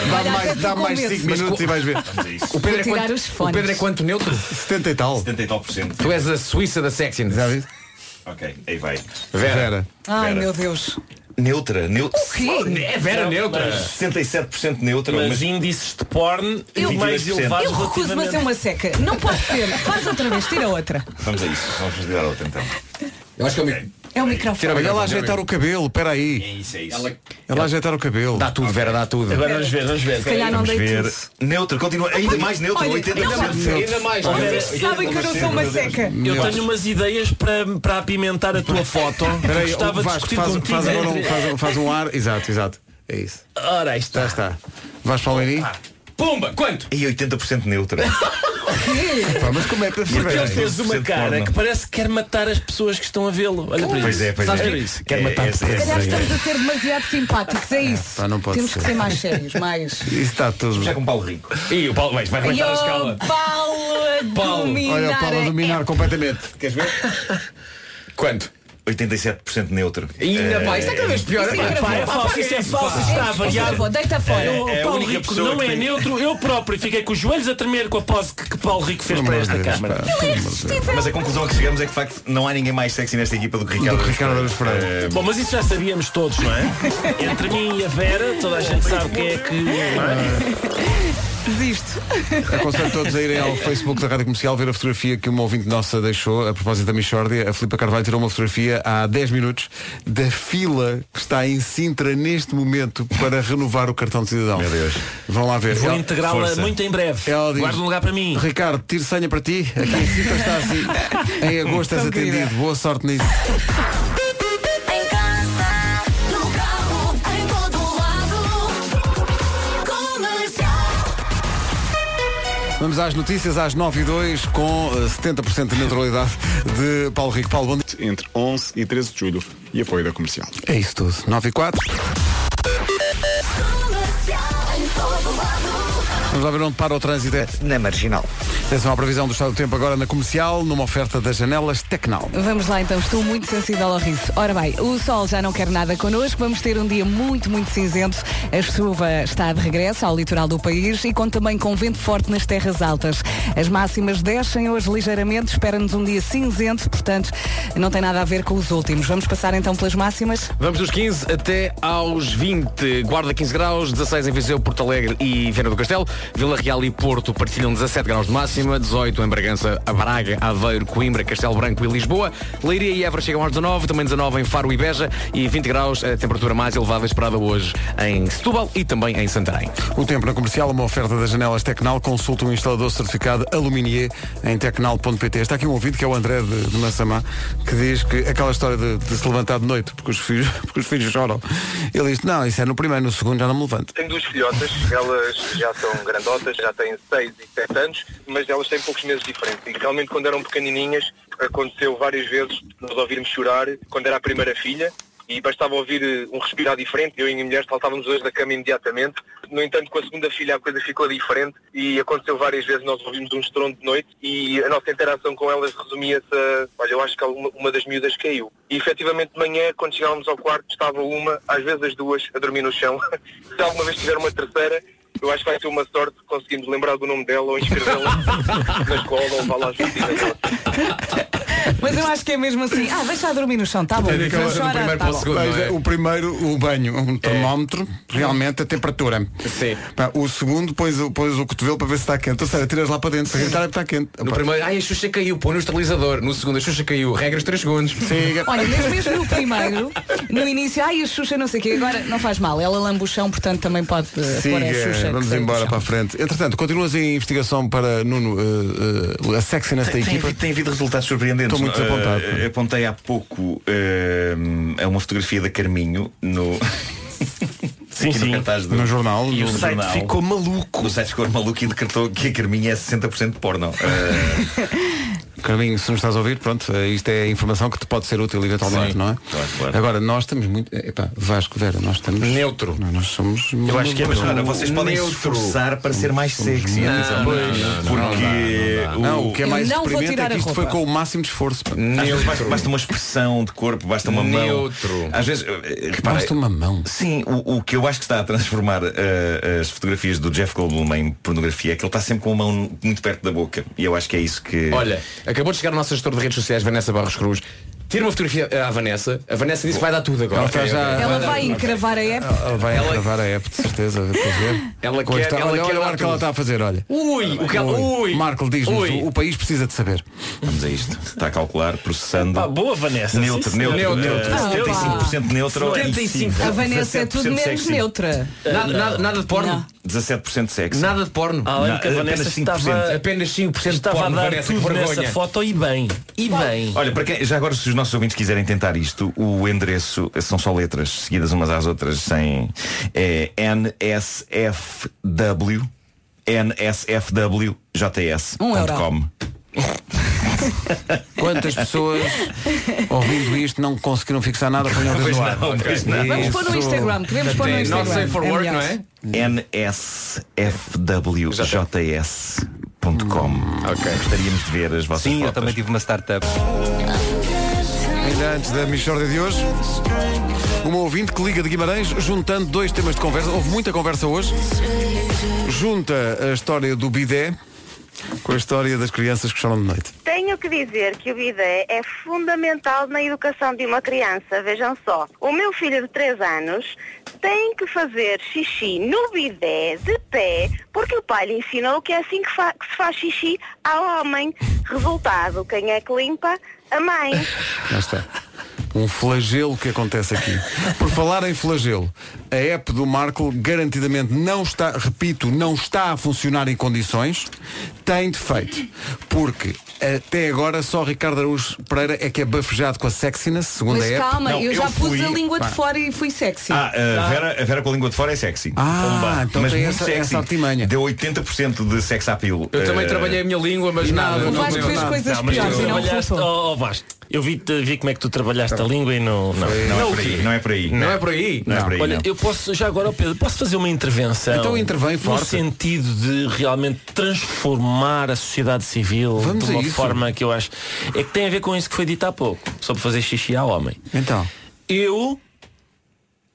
Dá mais 5 minutos e vais ver. Vamos a isso. O Pedro, tirar os fones. o Pedro é quanto neutro? 70 e tal. 70 e tal por cento. Tu és a Suíça da sexiness. Já viste? Ok, aí vai. Vera. Ai, Vera. meu Deus. Neutra. O quê? É Vera neutra. 67% neutra. Mas índices de porn mais 22%. elevados. Eu recuso-me a ser uma seca. Não pode ser. Faz outra vez, tira outra. Vamos a isso. Vamos fazer outra então. Eu acho que é o É o microfone. Olha lá ajeitar o cabelo, espera aí. É isso, é isso. Ela ajeitar o cabelo. Dá tudo, Vera, dá tudo. Agora vamos ver. Se calhar não Vamos dei ver. tudo. Neutra, continua. Ainda mais neutra, Olha, 80%. Ainda mais. Vocês sabem que eu não sou uma seca. Eu tenho umas ideias para apimentar a tua foto. Espera aí, Gostava de discutir contigo. faz agora faz um ar. Exato. É isso. Ora, aí Já está. está. Vais para o Leirinho? Pumba, quanto? E 80% neutra. Pá, mas como é para Porque ele saber? fez uma cara que parece que quer matar as pessoas que estão a vê-lo. Olha para isso. Pois Sabes é. ver isso? Quer matar Se calhar estamos a ser demasiado simpáticos, é isso. Pá, não pode Temos ser. que ser mais sérios, mais. Isso está tudo. Já com Paulo Rico. E o Paulo vai aumentar a escala. Paulo a dominar. Olha o Paulo a dominar completamente. Queres ver? Quanto? 87% neutro. E ainda mais, está cada vez pior. Isso é Pá, é falso, isso é falso, está a variar. Deita fora. O É a Paulo única Rico pessoa não que é tem- neutro. Eu próprio fiquei com os joelhos a tremer com a pose que Paulo Rico fez para esta câmara. Mas a conclusão a que chegamos é que de facto não há ninguém mais sexy nesta equipa do que Ricardo. Araújo Pereira. Bom, mas isso já sabíamos todos, não é? Entre mim e a Vera, toda a gente sabe quem é que. não é? Desisto. Aconselho todos a irem ao Facebook da Rádio Comercial ver a fotografia que uma ouvinte nossa deixou a propósito da Michórdia. A Filipa Carvalho tirou uma fotografia há 10 minutos da fila que está em Sintra neste momento para renovar o cartão de cidadão. Meu Deus. Vão lá ver. Vou Ela- integrá-la força. muito em breve. Ela diz, Guarda um lugar para mim. Ricardo, tiro senha para ti. Aqui em Sintra está assim. Em agosto és Tão querida. atendido. Boa sorte nisso. Em casa, no carro, em todo lado. Comercial. Vamos às notícias às 9h02 com 70% de neutralidade de Paulo Rico. Paulo, bom dia. Entre 11 e 13 de julho e apoio da comercial. É isso tudo. 9h04. Vamos lá ver onde para o trânsito. Na Marginal. Atenção à previsão do estado do tempo agora na comercial, numa oferta das janelas Tecnal. Vamos lá então, estou muito sensível ao riso. Ora bem, o sol já não quer nada connosco, vamos ter um dia muito cinzento. A chuva está de regresso ao litoral do país e conta também com vento forte nas terras altas. As máximas descem hoje ligeiramente, espera-nos um dia cinzento, portanto não tem nada a ver com os últimos. Vamos passar então pelas máximas? Vamos dos 15 até aos 20. Guarda 15 graus, 16 em Viseu, Porto Alegre e Viana do Castelo. Vila Real e Porto partilham 17 graus de máxima, 18 em Bragança, Braga, Aveiro, Coimbra, Castelo Branco e Lisboa. Leiria e Évora chegam aos 19, também 19 em Faro e Beja e 20 graus, a temperatura mais elevada esperada hoje em Setúbal e também em Santarém. O tempo na comercial, uma oferta das janelas Tecnal. Consulta um instalador certificado Aluminier em tecnal.pt. Está aqui um ouvinte que é o André de Massamá, que diz que aquela história de se levantar de noite porque os filhos choram. Ele diz, não, isso é no primeiro, no segundo já não me levanto. Tenho 2 filhotas, elas já são grandotas, já têm 6 e 7 anos, mas elas têm poucos meses de diferença. E realmente quando eram pequenininhas, aconteceu várias vezes nós ouvirmos chorar quando era a primeira filha. E bastava ouvir um respirar diferente, eu e a minha mulher saltávamos hoje da cama imediatamente. No entanto, com a segunda filha a coisa ficou diferente e aconteceu várias vezes, nós ouvimos um estrondo de noite e a nossa interação com elas resumia-se a, olha, eu acho que uma das miúdas caiu. E efetivamente de manhã, quando chegávamos ao quarto, estava uma, às vezes as duas, a dormir no chão. Se alguma vez tiver uma terceira, eu acho que vai ser uma sorte conseguirmos lembrar do nome dela ou inscrevê-la na escola ou vá lá às visitas dela. Mas eu acho que é mesmo assim. Deixa a dormir no chão, tá bom. O primeiro, o banho, um termómetro, realmente a temperatura. Sim. O segundo, pões o cotovelo para ver se está quente. Ou seja, tiras lá para dentro para gritar que está quente. No primeiro, a Xuxa caiu, põe no estabilizador. No segundo, a Xuxa caiu, regras 3 segundos. Sim. Olha, mas mesmo no primeiro, no início, a Xuxa não sei o quê, agora não faz mal. Ela lambe o chão, portanto também pode pôr a Xuxa. Vamos embora para a frente. Entretanto, continuas em investigação para Nuno, a sexiness da equipa. Tem havido resultados surpreendentes. Estou muito desapontado. Apontei há pouco a uma fotografia da Carminho no... Sim. No jornal. E o site ficou maluco. O site ficou maluco e decretou que a Carminho é 60% de porno. Carminho, se nos estás a ouvir, pronto, isto é informação que te pode ser útil eventualmente, Sim, não é? Claro. Agora, nós estamos muito... Vasco, Vera, nós estamos... Neutro. Nós somos... Eu acho que é, mas vocês podem se esforçar para ser mais sexy. Não, o que é mais experimento é que isto foi com o máximo de esforço. Basta uma expressão de corpo, basta uma mão. Às vezes, basta uma mão. Sim, o que eu acho que está a transformar as fotografias do Jeff Goldblum em pornografia é que ele está sempre com a mão muito perto da boca. E eu acho que é isso que... Olha, acabou de chegar o nosso gestor de redes sociais, Vanessa Barros Cruz. Tira uma fotografia à Vanessa. A Vanessa disse que vai dar tudo agora. Ela vai encravar a app. Ela vai encravar a app, de certeza. Ela quer olha o que ela está a fazer, olha. Marco, diz-nos, o país precisa de saber. Vamos a isto. Está a calcular, processando. Boa, Vanessa. Neutro. 75% neutro. 75%. A Vanessa é tudo menos neutra. Nada de porno. 17% sexy. Nada de porno. Olha que a Vanessa apenas 5% de porno. Vanessa, que Estava a dar vergonha. nessa foto e bem. Olha, para quem, já agora, se os nossos ouvintes quiserem tentar isto, o endereço são só letras seguidas umas às outras, sem nsfwjs.com. Quantas pessoas ouvindo isto não conseguiram fixar nada? Vamos pôr no Instagram. Podemos pôr no Instagram. Not safe for work, não é? nsfwjs.com. Gostaríamos de ver as vossas fotos. Sim, eu também tive uma startup. Ainda antes da Michórdia de hoje, uma ouvinte que liga de Guimarães, juntando 2 temas de conversa. Houve muita conversa hoje. Junta a história do bidé com a história das crianças que choram de noite. Tenho que dizer que o bidé é fundamental na educação de uma criança. Vejam só, o meu filho de 3 anos tem que fazer xixi no bidé de pé, porque o pai lhe ensinou que é assim que se faz xixi ao homem. Resultado, quem é que limpa? A mãe. Já está. Um flagelo que acontece aqui. Por falar em flagelo, a app do Marco garantidamente não está, repito, não está a funcionar em condições. Tem defeito. Porque até agora só Ricardo Araújo Pereira é que é bafejado com a sexiness, segundo Mas a app. calma, eu já pus a língua de fora e fui sexy. A Vera com a língua de fora é sexy. Então mas tem muito sexy. essa artimanha. Deu 80% de sex appeal. Eu também trabalhei a minha língua, mas nada. O Vasco fez coisas piores e não funcionou. Vasco, eu vi como é que tu trabalhaste a língua e não é por aí. Não é por aí. Olha, eu posso, já agora, Pedro, posso fazer uma intervenção? Então intervém forte. No sentido de realmente transformar a sociedade civil de uma forma que eu acho. É que tem a ver com isso que foi dito há pouco, sobre fazer xixi ao homem. Então. Eu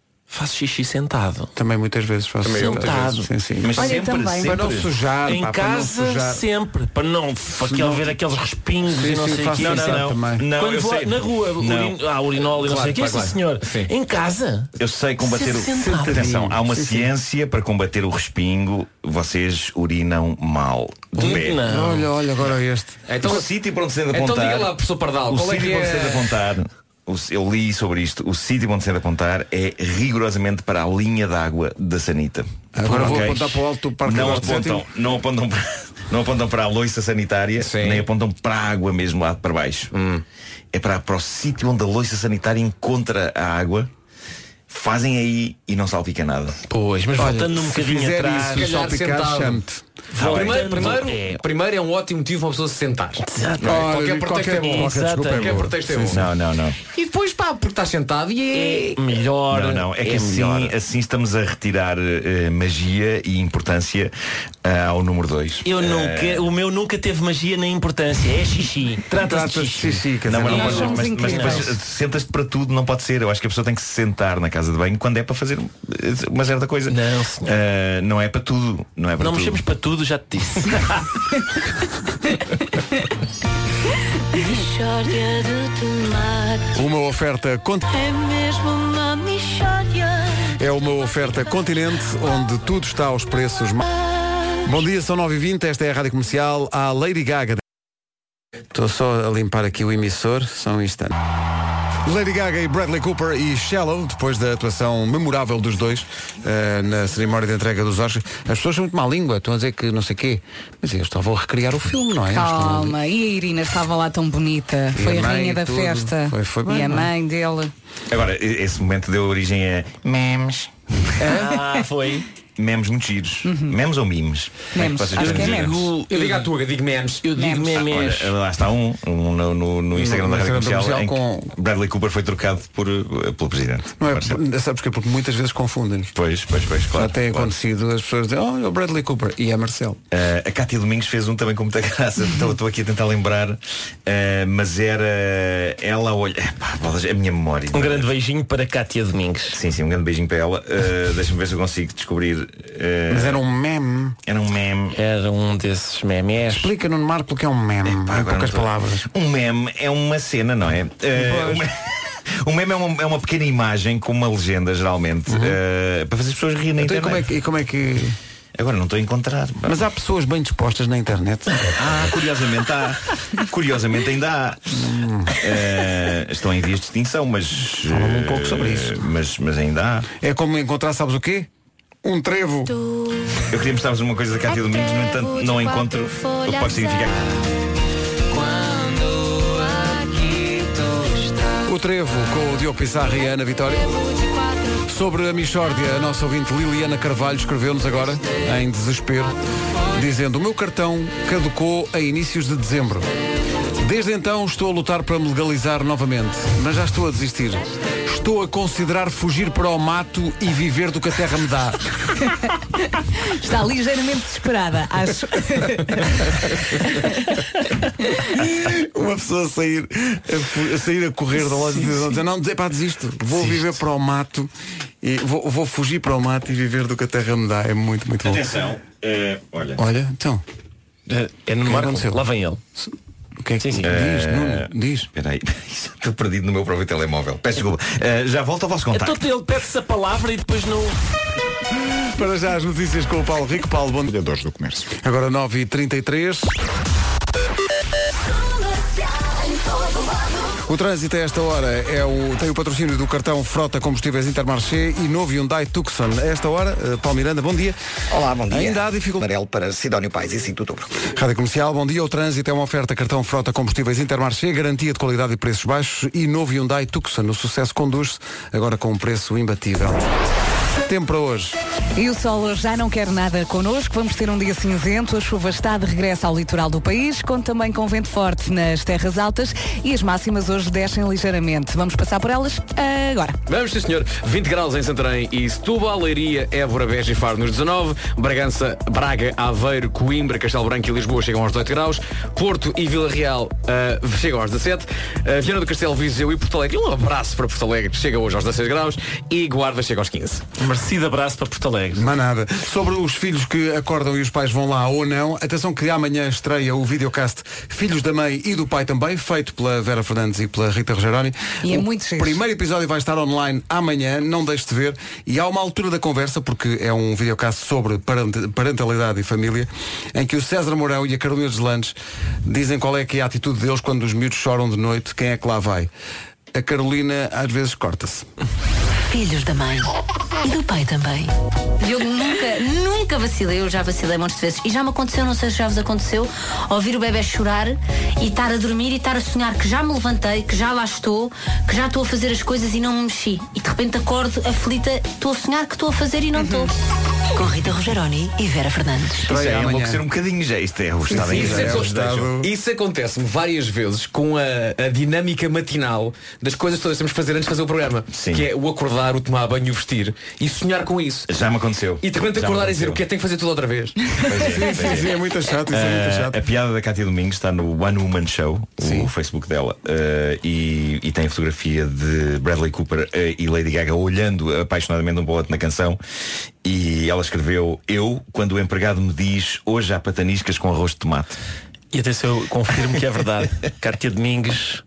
faço xixi sentado. Também muitas vezes faço sentado. Sim. Mas Olha, sempre, também. sempre. Para não sujar, Em casa, sempre. Para que haver aqueles respingos e não sei o que. Não, Quando eu vou sei. na rua, urinol e não sei o que. Claro. Senhor, em casa. Eu sei combater Sentado. Atenção, há uma ciência para combater o respingo. Vocês urinam mal. De pé. Não. Olha agora este. Então, o sítio para onde se deve apontar. Então diga lá, professor Pardal, o qual é sítio que para onde se deve é? apontar. Eu li sobre isto. O sítio para onde se deve apontar é rigorosamente para a linha d'água da sanita. Agora vou Ok? apontar para o alto do Parque Não Eduardo VII. não apontam para a loiça sanitária, nem apontam para a água mesmo lá para baixo. É para o sítio onde a loiça sanitária encontra a água. Fazem aí e não salpica nada. Pois, mas voltando um bocadinho atrás, isso, salpicar, chame-te. Primeiro é um ótimo motivo para uma pessoa se sentar. Qualquer pretexto é bom. Qualquer pretexto é bom. Não. E depois, porque estás sentado e é melhor. Não. É que assim estamos a retirar magia e importância ao número 2. O meu nunca teve magia nem importância. É xixi. Trata-se de xixi. Mas depois sentas-te para tudo, não pode ser. Eu acho que a pessoa tem que se sentar na casa de banho quando é para fazer uma certa coisa. Não, senhor. Não é para tudo. Não mexemos para tudo, já te disse. Uma oferta É mesmo uma mixória. É uma oferta Continente, onde tudo está aos preços. Bom dia, são 9h20, esta é a Rádio Comercial. A Lady Gaga. Estou só a limpar aqui o emissor, só um instante. Lady Gaga e Bradley Cooper e Shallow, depois da atuação memorável dos dois na cerimónia de entrega dos Oscars. As pessoas são muito má língua, estão a dizer que não sei o quê, mas eles estavam a recriar o filme, não é? Calma, e a Irina estava lá tão bonita, foi a rainha da festa, foi bem, e a mãe dele. Agora, esse momento deu origem a memes. Foi. Memes muito giros. Memes ou memes? Memes. Acho que é memes. Eu digo à tua, eu digo memes. Eu digo memes. Lá está no Instagram da Rádio Comercial em com... que Bradley Cooper foi trocado pelo Presidente. Não é, sabes porquê? Porque muitas vezes confundem. Pois, claro. Já tem acontecido, as pessoas dizem, olha o Bradley Cooper e é Marcelo. A Cátia Domingos fez um também com muita graça. Estou aqui a tentar lembrar, mas era ela a olhar. A minha memória. Um grande beijinho para Cátia Domingos. Sim, um grande beijinho para ela. Deixa-me ver se eu consigo descobrir. Mas era um meme. Era um meme. Era um desses memes. Explica no Marco o que é um meme, em poucas palavras. Um meme é uma cena, não é? Um meme é uma pequena imagem com uma legenda, geralmente, para fazer as pessoas rirem na internet. Como é que... Agora não estou a encontrar. Mas há pessoas bem dispostas na internet. Curiosamente há. Curiosamente ainda há. Estão em vias de extinção, mas... Fala-me um pouco sobre isso. Mas ainda há. É como encontrar, sabes o quê? Um trevo. Eu queria mostrar-vos uma coisa da Cátia Domingos, no entanto não encontro o que pode significar. O trevo com o Diogo Pissarra e a Ana Vitória. Sobre a Michórdia, a nossa ouvinte Liliana Carvalho escreveu-nos agora, em desespero, dizendo: o meu cartão caducou a inícios de dezembro. Desde então estou a lutar para me legalizar novamente, mas já estou a desistir. Estou a considerar fugir para o mato e viver do que a terra me dá. Está ligeiramente desesperada, acho. Uma pessoa a sair a correr da loja e dizer, não, desisto, vou viver para o mato e vou fugir para o mato e viver do que a terra me dá. É muito, muito bom. Atenção, olha, então. É no Marco, lá vem ele. O que é que diz? Diz. Espera aí, estou perdido no meu próprio telemóvel. Peço desculpa. Já volto ao vosso contacto. Então ele pede-se a palavra e depois não... Para já as notícias com o Paulo Rico. Paulo, bom dia. Do comércio. Agora 9h33. O trânsito a esta hora tem o patrocínio do cartão Frota Combustíveis Intermarché e novo Hyundai Tucson. A esta hora, Paulo Miranda, bom dia. Olá, bom dia. Ainda há dificuldade. Amarelo para Sidónio Pais e 5 de outubro. Rádio Comercial, bom dia. O trânsito é uma oferta cartão Frota Combustíveis Intermarché, garantia de qualidade e preços baixos e novo Hyundai Tucson. O sucesso conduz-se agora com um preço imbatível. tempo para hoje. E o sol já não quer nada connosco. Vamos ter um dia cinzento. A chuva está de regresso ao litoral do país. Conta também com vento forte nas terras altas. E as máximas hoje descem ligeiramente. Vamos passar por elas agora. Vamos, sim, senhor. 20 graus em Santarém e Setúbal, Leiria, Évora, Beja e Faro nos 19. Bragança, Braga, Aveiro, Coimbra, Castelo Branco e Lisboa chegam aos 18 graus. Porto e Vila Real chegam aos 17. Viana do Castelo, Viseu e Porto Alegre. Um abraço para Porto Alegre, chega hoje aos 16 graus. E Guarda chega aos 15. Merecido abraço para Porto Alegre. Mas nada. Sobre os filhos que acordam e os pais vão lá ou não, atenção que amanhã estreia o videocast Filhos da Mãe e do Pai também, feito pela Vera Fernandes e pela Rita Rogeroni. E é muito cheio. O primeiro episódio vai estar online amanhã, não deixe de ver. E há uma altura da conversa, porque é um videocast sobre parentalidade e família, em que o César Mourão e a Carolina Deslandes dizem qual é que é a atitude deles quando os miúdos choram de noite, quem é que lá vai. A Carolina às vezes corta-se. Filhos da Mãe e do Pai também. Eu nunca vacilei, eu já vacilei montes de vezes. E já me aconteceu, não sei se já vos aconteceu, ouvir o bebê chorar e estar a dormir e estar a sonhar que já me levantei, que já lá estou, que já estou a fazer as coisas e não me mexi. E de repente acordo aflita, estou a sonhar que estou a fazer e não estou. Com Rita Rogeroni e Vera Fernandes. Isso é enlouquecer um bocadinho já. Isto é o estado em Isso acontece-me várias vezes com a dinâmica matinal das coisas todas que temos que fazer antes de fazer o programa. Sim. Que é o acordar, o tomar banho, o vestir e sonhar com isso. Já me aconteceu. E de repente acordar e dizer o que é que tenho que fazer tudo outra vez. Sim, é muito chato, isso é muito chato. A piada da Cátia Domingos está no One Woman Show, o Facebook dela, e tem a fotografia de Bradley Cooper e Lady Gaga olhando apaixonadamente um para o outro na canção. E ela escreveu: eu, quando o empregado me diz hoje há pataniscas com arroz de tomate. E atenção, eu confirmo que é verdade. Cátia Domingos,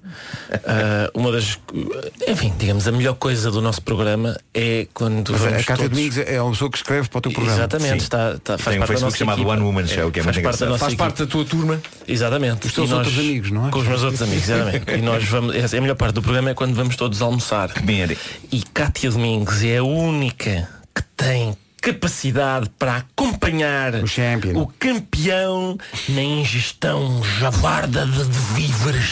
uma das, enfim, digamos, a melhor coisa do nosso programa é quando Mas vamos a Cátia todos... Domingos é uma pessoa que escreve para o teu programa. Exatamente, faz tem parte um Facebook chamado equipa. One Woman Show, que é muito engraçado. Faz parte da tua turma. Exatamente. Os teus outros amigos, não é? Com os meus outros amigos, exatamente. E nós vamos, a melhor parte do programa é quando vamos todos almoçar. Comer. E Cátia Domingos é a única que tem capacidade para acompanhar o campeão na ingestão javarda de víveres.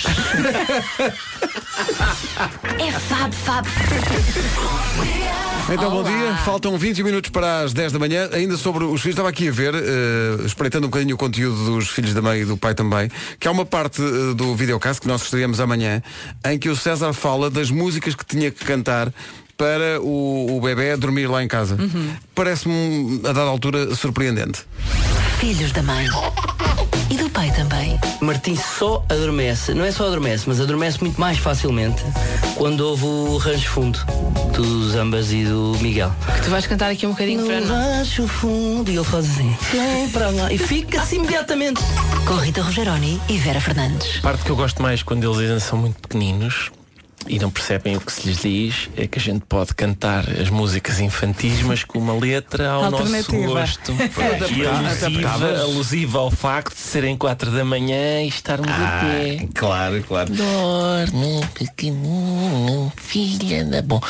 É fab. Então, bom dia. Faltam 20 minutos para as 10 da manhã. Ainda sobre os filhos, estava aqui a ver, espreitando um bocadinho o conteúdo dos Filhos da Mãe e do Pai também, que há uma parte do videocast que nós estreamos amanhã, em que o César fala das músicas que tinha que cantar para o bebé dormir lá em casa. Parece-me, a dada altura, surpreendente. Filhos da Mãe e do Pai também. Martim só adormece, não é só adormece, mas adormece muito mais facilmente quando ouve o rancho fundo do Zambas e do Miguel. Que tu vais cantar aqui um bocadinho para nós. Rancho fundo, e ele faz assim, vem para lá, e fica-se imediatamente. Com Rita Rogeroni e Vera Fernandes. A parte que eu gosto mais quando eles ainda são muito pequeninos e não percebem o que se lhes diz é que a gente pode cantar as músicas infantis, mas com uma letra ao nosso gosto. E alusiva ao facto de serem 4 da manhã e estarmos a pé. Claro. Dorme, pequenino, filha da... Bom.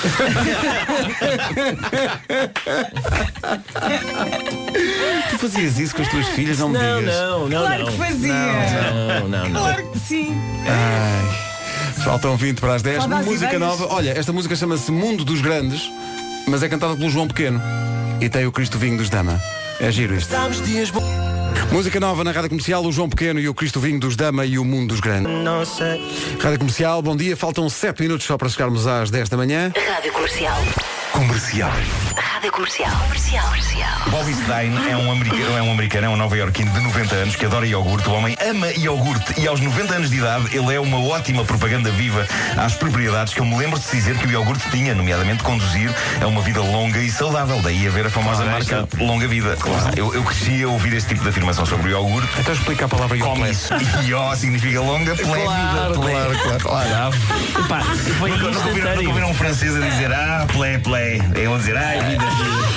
Tu fazias isso com as tuas filhas, não me digas? Não. Claro que fazia. Não. Claro que sim. Faltam 20 para as 10. Saudades Música ideias. nova. Olha, esta música chama-se Mundo dos Grandes, mas é cantada pelo João Pequeno. E tem o Cristo Vinho dos Dama. É giro isto. Música nova na Rádio Comercial, o João Pequeno e o Cristo Vinho dos Dama e o Mundo dos Grandes. Rádio Comercial, bom dia. Faltam 7 minutos só para chegarmos às 10 da manhã. Rádio Comercial. Rádio Comercial. Bobby Stein é um americano, é um nova-iorquino de 90 anos que adora iogurte. O homem ama iogurte e aos 90 anos de idade ele é uma ótima propaganda viva às propriedades que eu me lembro de dizer que o iogurte tinha, nomeadamente conduzir a uma vida longa e saudável. Daí haver a famosa marca Longa Vida. Eu cresci a ouvir este tipo de afirmação sobre o iogurte. Então explica a palavra como isso. Ió significa longa, plé vida. Claro. Nunca ouviram um francês a dizer plé. Eu a dizer, vida.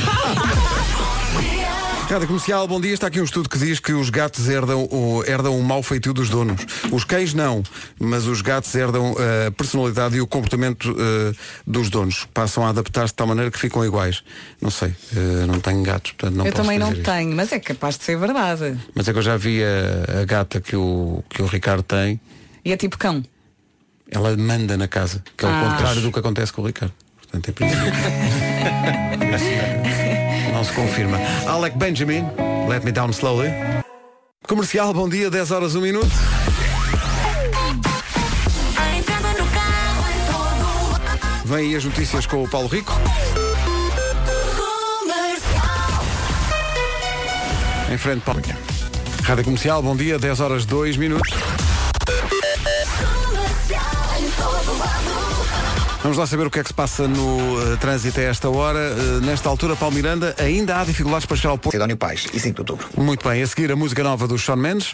Rádio Comercial, bom dia. Está aqui um estudo que diz que os gatos herdam o mau feitio dos donos. Os cães não, mas os gatos herdam a personalidade e o comportamento dos donos. Passam a adaptar-se de tal maneira que ficam iguais. Não sei, não tenho gatos, portanto não eu posso também não dizer tenho, mas é capaz de ser verdade. Mas é que eu já vi a gata que o Ricardo tem. E é tipo cão? Ela manda na casa, que é o contrário do que acontece com o Ricardo. Portanto, é por isso. Não se confirma. Alec Benjamin, Let Me Down Slowly. Comercial, bom dia, 10 horas 1 minuto. Vem aí as notícias com o Paulo Rico. Em frente, Paulo. Rádio Comercial, bom dia, 10 horas 2 minutos. Vamos lá saber o que é que se passa no trânsito a esta hora. Nesta altura, Paulo Miranda, ainda há dificuldades para chegar ao Porto. Sidónio Pais, e 5 de outubro. Muito bem, a seguir a música nova do Shawn Mendes.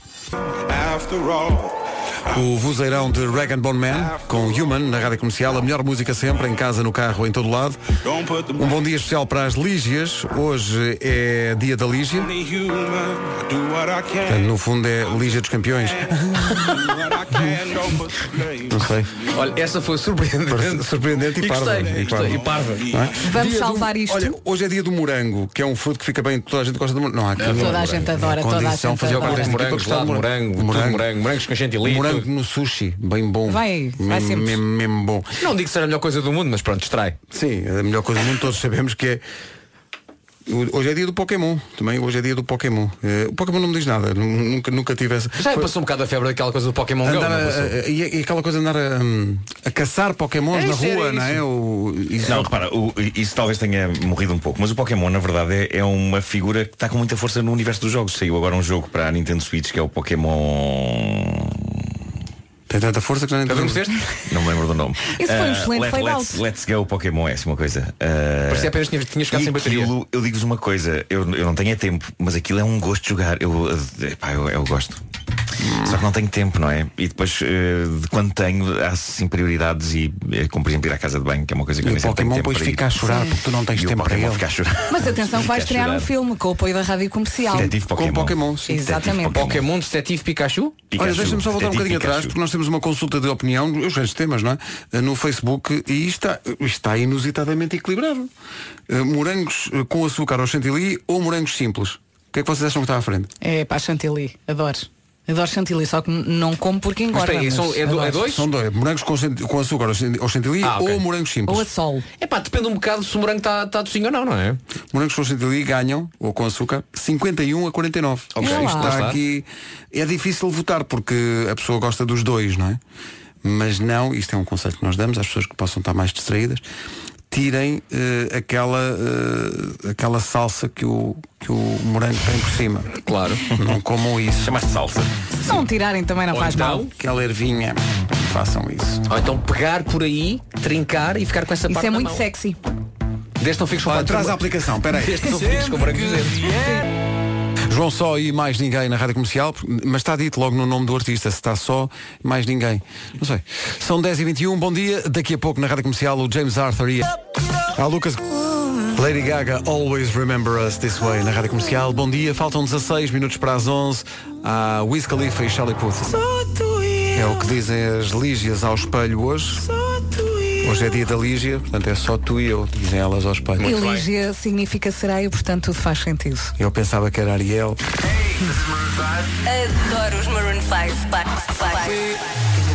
O vozeirão de Rag & Bone Man, com Human, na Rádio Comercial. A melhor música sempre, em casa, no carro, em todo lado. Um bom dia especial para as Lígias. Hoje é dia da Lígia. Portanto, no fundo é Lígia dos Campeões. Não sei. Olha, essa foi surpreendente e parva. E parva. Vamos salvar isto. Olha, hoje é dia do morango, que é um fruto que fica bem, toda a gente gosta de morango. Não, há toda a gente adora, toda a gente fazer adora. Morangos com chantilly. Morango no sushi, bem bom. Vai sempre. Mesmo bom. Não digo que seja a melhor coisa do mundo, mas pronto, distrai. Sim, a melhor coisa do mundo, todos sabemos que é. Hoje é dia do Pokémon. Também hoje é dia do Pokémon. O Pokémon não me diz nada. Nunca tive essa. Já passou um bocado a febre daquela coisa do Pokémon Go. E aquela coisa de andar a caçar Pokémons na rua, não é? Não, repara, isso talvez tenha morrido um pouco. Mas o Pokémon, na verdade, é uma figura que está com muita força no universo dos jogos. Saiu agora um jogo para a Nintendo Switch que é o Pokémon. Tem tanta força que já nem não me lembro do nome. Isso foi um excelente fade-out. Let's Go Pokémon é assim uma coisa. Parecia apenas que tinhas ficado sem bateria. Eu digo-vos uma coisa, eu não tenho tempo, mas aquilo é um gosto de jogar. Eu gosto. Só que não tenho tempo, não é? E depois, de quando tenho, há assim prioridades e, como por exemplo, ir à casa de banho, que é uma coisa que eu nem sempre tenho tempo. O Pokémon depois fica a chorar porque tu não tens tempo para ele. Mas atenção, vai estrear um filme com o apoio da Rádio Comercial. Detetive Pokémon. Com Pokémon, sim. Exatamente. Pokémon Detetive Pikachu? Olha, deixa-me só voltar um bocadinho atrás, porque nós temos uma consulta de opinião, os grandes temas, não é? No Facebook, e está inusitadamente equilibrado. Morangos com açúcar ao chantilly ou morangos simples? O que é que vocês acham que está à frente? É para chantilly, adoro chantilly, só que não como porque engorda. É dois? São dois, morangos com açúcar ao chantilly ou morangos simples. Ou a sol. Depende um bocado se o morango está docinho ou não é? Morangos com chantilly ganham, ou com açúcar, 51 a 49. Ok, isto está aqui. É difícil votar porque a pessoa gosta dos dois, não é? Mas não, isto é um conselho que nós damos às pessoas que possam estar mais distraídas. Tirem aquela salsa que o morango tem por cima. Claro. Não comam isso. Chama-se salsa. Se não tirarem também não faz mal. Aquela ervinha, façam isso. Ou então pegar por aí, trincar e ficar com essa parte. Isso é muito mão. sexy. Desde não fiques com traz a aplicação, peraí. Desde não fiques com brancos dentro. João Só e mais ninguém na Rádio Comercial, mas está dito logo no nome do artista, se está só, mais ninguém. Não sei. São 10h21, bom dia. Daqui a pouco na Rádio Comercial o James Arthur e a Lucas. Lady Gaga, Always Remember Us This Way na Rádio Comercial. Bom dia, faltam 16 minutos para as 11. Há Wiz Khalifa e Charlie Puth. É o que dizem as Lígias ao espelho hoje. Hoje é dia da Lígia, portanto é só tu e eu, dizem elas ao espelho. E Lígia significa sereia, portanto tudo faz sentido. Eu pensava que era Ariel. Adoro os Maroon 5.